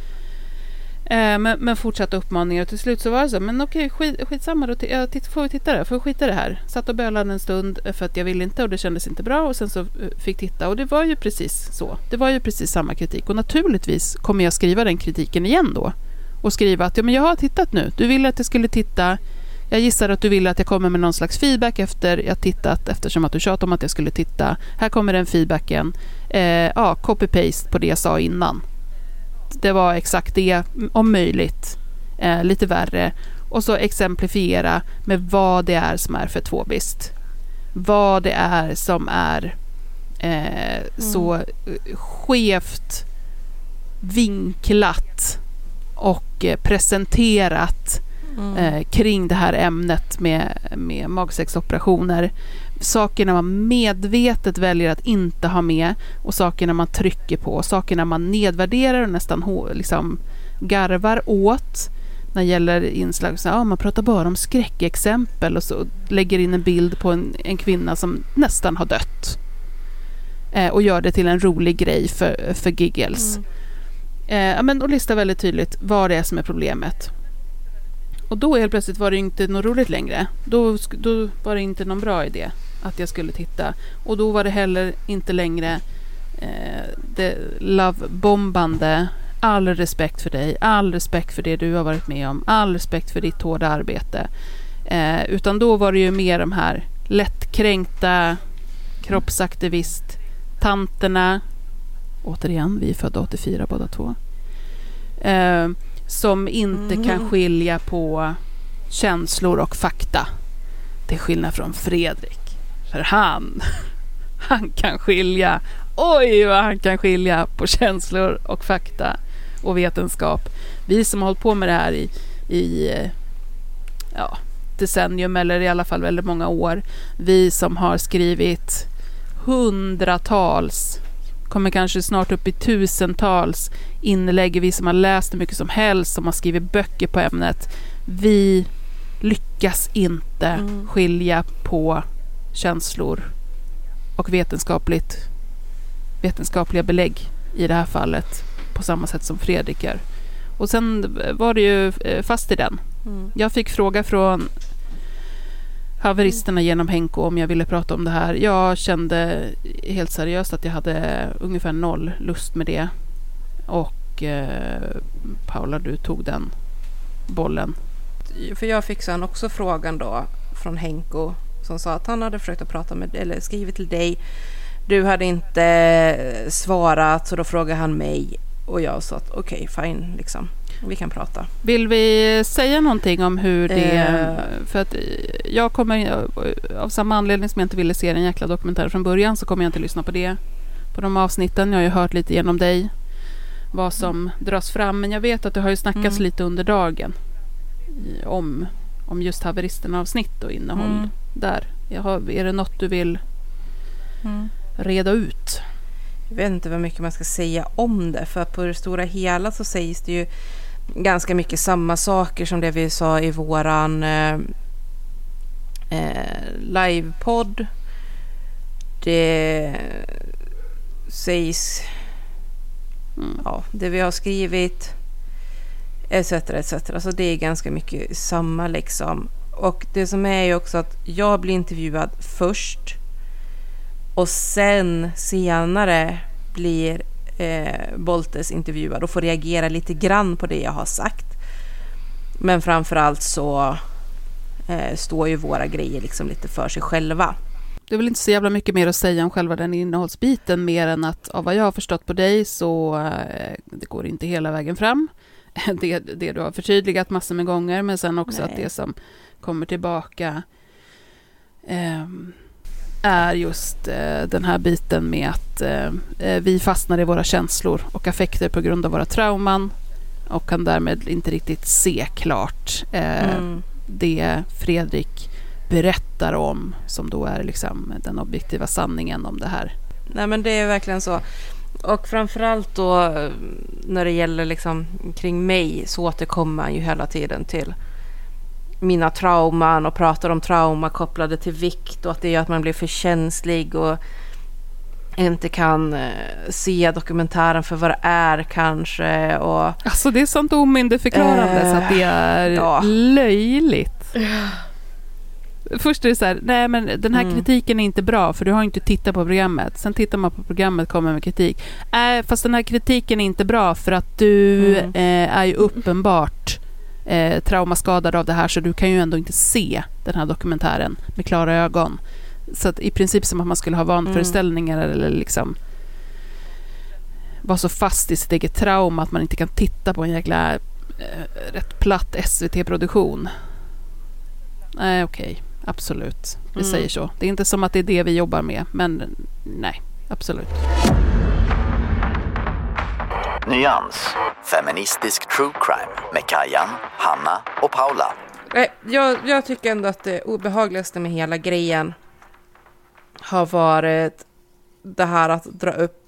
Speaker 5: Men fortsatta uppmaningar och till slut så var det så, men okej, skitsamma då, får vi titta där, får vi skita det här. Satt och bölade en stund för att jag ville inte och det kändes inte bra och sen så fick titta och det var ju precis så. Det var ju precis samma kritik och naturligtvis kommer jag skriva den kritiken igen då och skriva att men jag har tittat nu, du ville att jag skulle titta, Jag gissar att du vill att jag kommer med någon slags feedback efter jag tittat, eftersom att du tjatade om att jag skulle titta. Här kommer den feedbacken. Copy-paste på det jag sa innan. Det var exakt det, om möjligt. Lite värre. Och så exemplifiera med vad det är som är för tvåbist. Vad det är som är så skevt vinklat och presenterat kring det här ämnet med magsexoperationer. Sakerna man medvetet väljer att inte ha med och sakerna man trycker på, sakerna man nedvärderar och nästan liksom garvar åt. När det gäller inslag så man pratar bara om skräckexempel och så lägger in en bild på en kvinna som nästan har dött och gör det till en rolig grej för giggles. Men och listar väldigt tydligt vad det är som är problemet. Och då helt plötsligt var det inte något roligt längre. Då var det inte någon bra idé att jag skulle titta. Och då var det heller inte längre det love-bombande. All respekt för dig, all respekt för det du har varit med om, all respekt för ditt hårda arbete. Utan då var det ju mer de här lättkränkta kroppsaktivist-tanterna. Återigen, vi är födda 84 båda två. Som inte kan skilja på känslor och fakta. Det är skillnad från Fredrik. För han kan skilja. Oj, vad han kan skilja på känslor och fakta och vetenskap. Vi som har hållit på med det här i decennium eller i alla fall väldigt många år. Vi som har skrivit hundratals, kommer kanske snart upp i tusentals inlägg. Vi som har läst hur mycket som helst, som har skrivit böcker på ämnet. Vi lyckas inte skilja på känslor och vetenskapliga belägg i det här fallet på samma sätt som Fredrik gör. Och sen var det ju fast i den. Jag fick fråga från haveristerna genom Henko om jag ville prata om det här. Jag kände helt seriöst att jag hade ungefär 0 lust med det. Och Paula, du tog den bollen.
Speaker 4: För jag fick sen också frågan då från Henko som sa att han hade försökt att prata med eller skrivit till dig. Du hade inte svarat, så då frågade han mig och jag sa att okej, fine, liksom. Vi kan prata.
Speaker 5: Vill vi säga någonting om hur det... För att jag kommer, av samma anledning som jag inte ville se en jäkla dokumentär från början, så kommer jag inte lyssna på det. På de avsnitten. Jag har ju hört lite genom dig vad som dras fram. Men jag vet att det har ju snackats lite under dagen om just haveristerna avsnitt och innehåll där. Är det något du vill reda ut?
Speaker 4: Jag vet inte vad mycket man ska säga om det. För på det stora hela så sägs det ju ganska mycket samma saker som det vi sa i våran livepodd. Det sägs det vi har skrivit etc. Så det är ganska mycket samma liksom. Och det som är ju också att jag blir intervjuad först och sen senare blir Boltes intervjuad och får reagera lite grann på det jag har sagt. Men framförallt så står ju våra grejer liksom lite för sig själva.
Speaker 5: Det är väl inte så jävla mycket mer att säga om själva den innehållsbiten, mer än att av vad jag har förstått på dig så det går inte hela vägen fram. Det du har förtydligat massor med gånger, men sen också att det som kommer tillbaka är just den här biten med att vi fastnar i våra känslor och affekter på grund av våra trauman och kan därmed inte riktigt se klart det Fredrik berättar om, som då är liksom den objektiva sanningen om det här.
Speaker 4: Nej, men det är verkligen så. Och framförallt då när det gäller liksom kring mig, så återkommer man ju hela tiden till mina trauman och pratar om trauma kopplade till vikt och att det gör att man blir för känslig och inte kan se dokumentären för vad det är kanske. Och
Speaker 5: alltså det är sånt omyndigförklarande så att det är löjligt. Först är det så här, nej men den här kritiken är inte bra för du har inte tittat på programmet. Sen tittar man på programmet, kommer med kritik. Fast den här kritiken är inte bra för att du är ju uppenbart traumaskadad av det här, så du kan ju ändå inte se den här dokumentären med klara ögon. Så att i princip som att man skulle ha vanföreställningar eller liksom vara så fast i sitt eget trauma att man inte kan titta på en jäkla rätt platt SVT-produktion. Nej, okej. Absolut. Vi säger så. Det är inte som att det är det vi jobbar med, men nej, absolut.
Speaker 9: Nyans. Feministisk true crime med Kajan, Hanna och Paula.
Speaker 4: Jag tycker ändå att det obehagligaste med hela grejen har varit det här att dra upp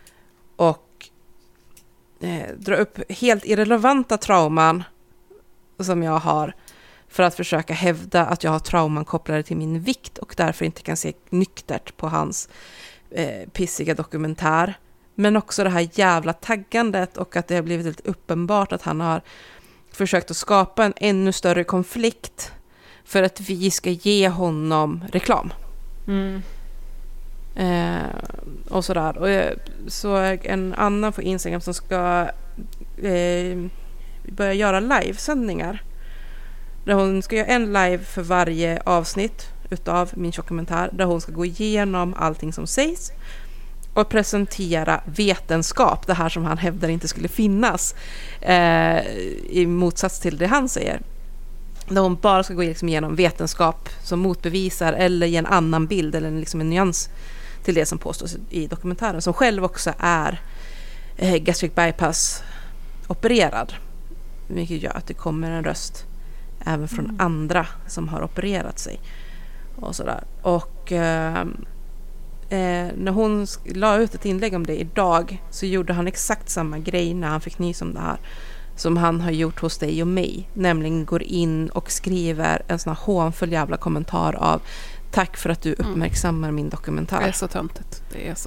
Speaker 4: helt irrelevanta trauman som jag har för att försöka hävda att jag har trauman kopplade till min vikt och därför inte kan se nyktert på hans pissiga dokumentär. Men också det här jävla taggandet och att det har blivit lite uppenbart att han har försökt att skapa en ännu större konflikt för att vi ska ge honom reklam. Och sådär. Och så en annan på Instagram som ska börja göra livesändningar. Där hon ska göra en live för varje avsnitt utav min dokumentär, där hon ska gå igenom allting som sägs och presentera vetenskap, det här som han hävdar inte skulle finnas, i motsats till det han säger. Där hon bara ska gå igenom vetenskap som motbevisar eller ge en annan bild eller liksom en nyans till det som påstås i dokumentären, som själv också är gastric bypass opererad, vilket gör att det kommer en röst även från andra som har opererat sig och sådär. Och när hon la ut ett inlägg om det idag så gjorde han exakt samma grej när han fick nys om det här som han har gjort hos dig och mig, nämligen går in och skriver en sån här hånfull jävla kommentar av tack för att du uppmärksammar min dokumentär.
Speaker 5: Det är så töntigt.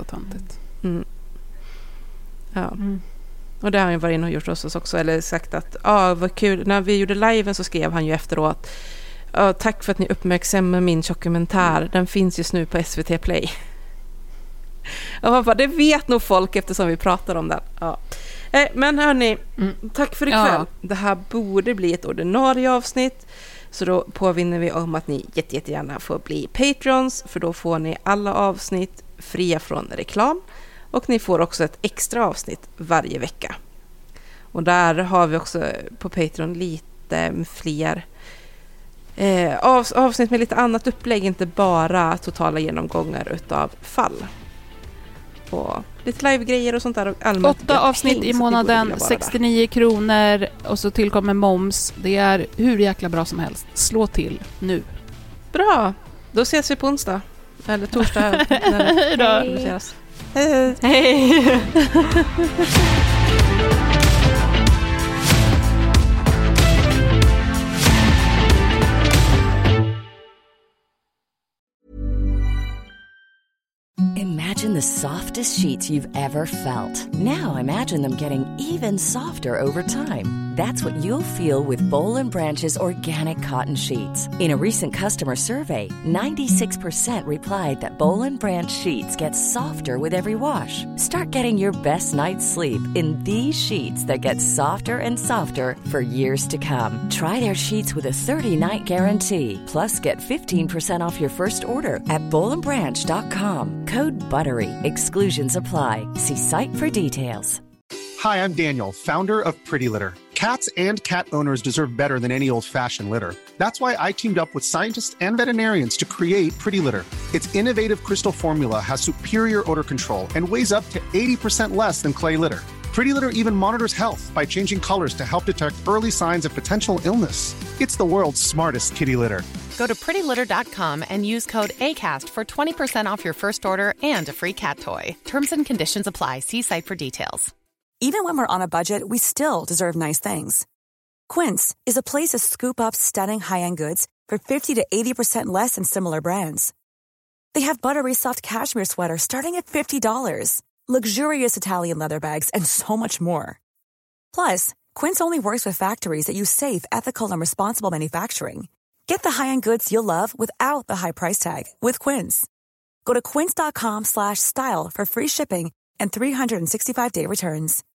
Speaker 4: Ja. Och det har han ju varit inne och gjort hos oss också, eller sagt att vad kul, när vi gjorde liven så skrev han ju efteråt tack för att ni uppmärksammar min dokumentär, den finns just nu på SVT Play. Och man bara, det vet nog folk eftersom vi pratar om den. Ja. Men hörni, tack för ikväll. Ja. Det här borde bli ett ordinarie avsnitt, så då påvinner vi om att ni jättegärna får bli Patrons, för då får ni alla avsnitt fria från reklam. Och ni får också ett extra avsnitt varje vecka. Och där har vi också på Patreon lite fler avsnitt med lite annat upplägg. Inte bara totala genomgångar utav fall. Och lite live-grejer och sånt där.
Speaker 5: 8 avsnitt i månaden, 69 kronor. Och så tillkommer moms. Det är hur jäkla bra som helst. Slå till nu.
Speaker 4: Bra, då ses vi på onsdag. Eller torsdag. Hej då. Hej. Hej.
Speaker 8: Imagine the softest sheets you've ever felt. Now imagine them getting even softer over time. That's what you'll feel with Boll & Branch's organic cotton sheets. In a recent customer survey, 96% replied that Boll & Branch sheets get softer with every wash. Start getting your best night's sleep in these sheets that get softer and softer for years to come. Try their sheets with a 30-night guarantee. Plus, get 15% off your first order at bollandbranch.com. Code BUTTERY. Exclusions apply. See site for details.
Speaker 10: Hi, I'm Daniel, founder of Pretty Litter. Cats and cat owners deserve better than any old-fashioned litter. That's why I teamed up with scientists and veterinarians to create Pretty Litter. Its innovative crystal formula has superior odor control and weighs up to 80% less than clay litter. Pretty Litter even monitors health by changing colors to help detect early signs of potential illness. It's the world's smartest kitty litter.
Speaker 11: Go to prettylitter.com and use code ACAST for 20% off your first order and a free cat toy. Terms and conditions apply. See site for details.
Speaker 12: Even when we're on a budget, we still deserve nice things. Quince is a place to scoop up stunning high-end goods for 50 to 80% less than similar brands. They have buttery soft cashmere sweaters starting at $50, luxurious Italian leather bags, and so much more. Plus, Quince only works with factories that use safe, ethical, and responsible manufacturing. Get the high-end goods you'll love without the high price tag with Quince. Go to quince.com/style for free shipping and 365-day returns.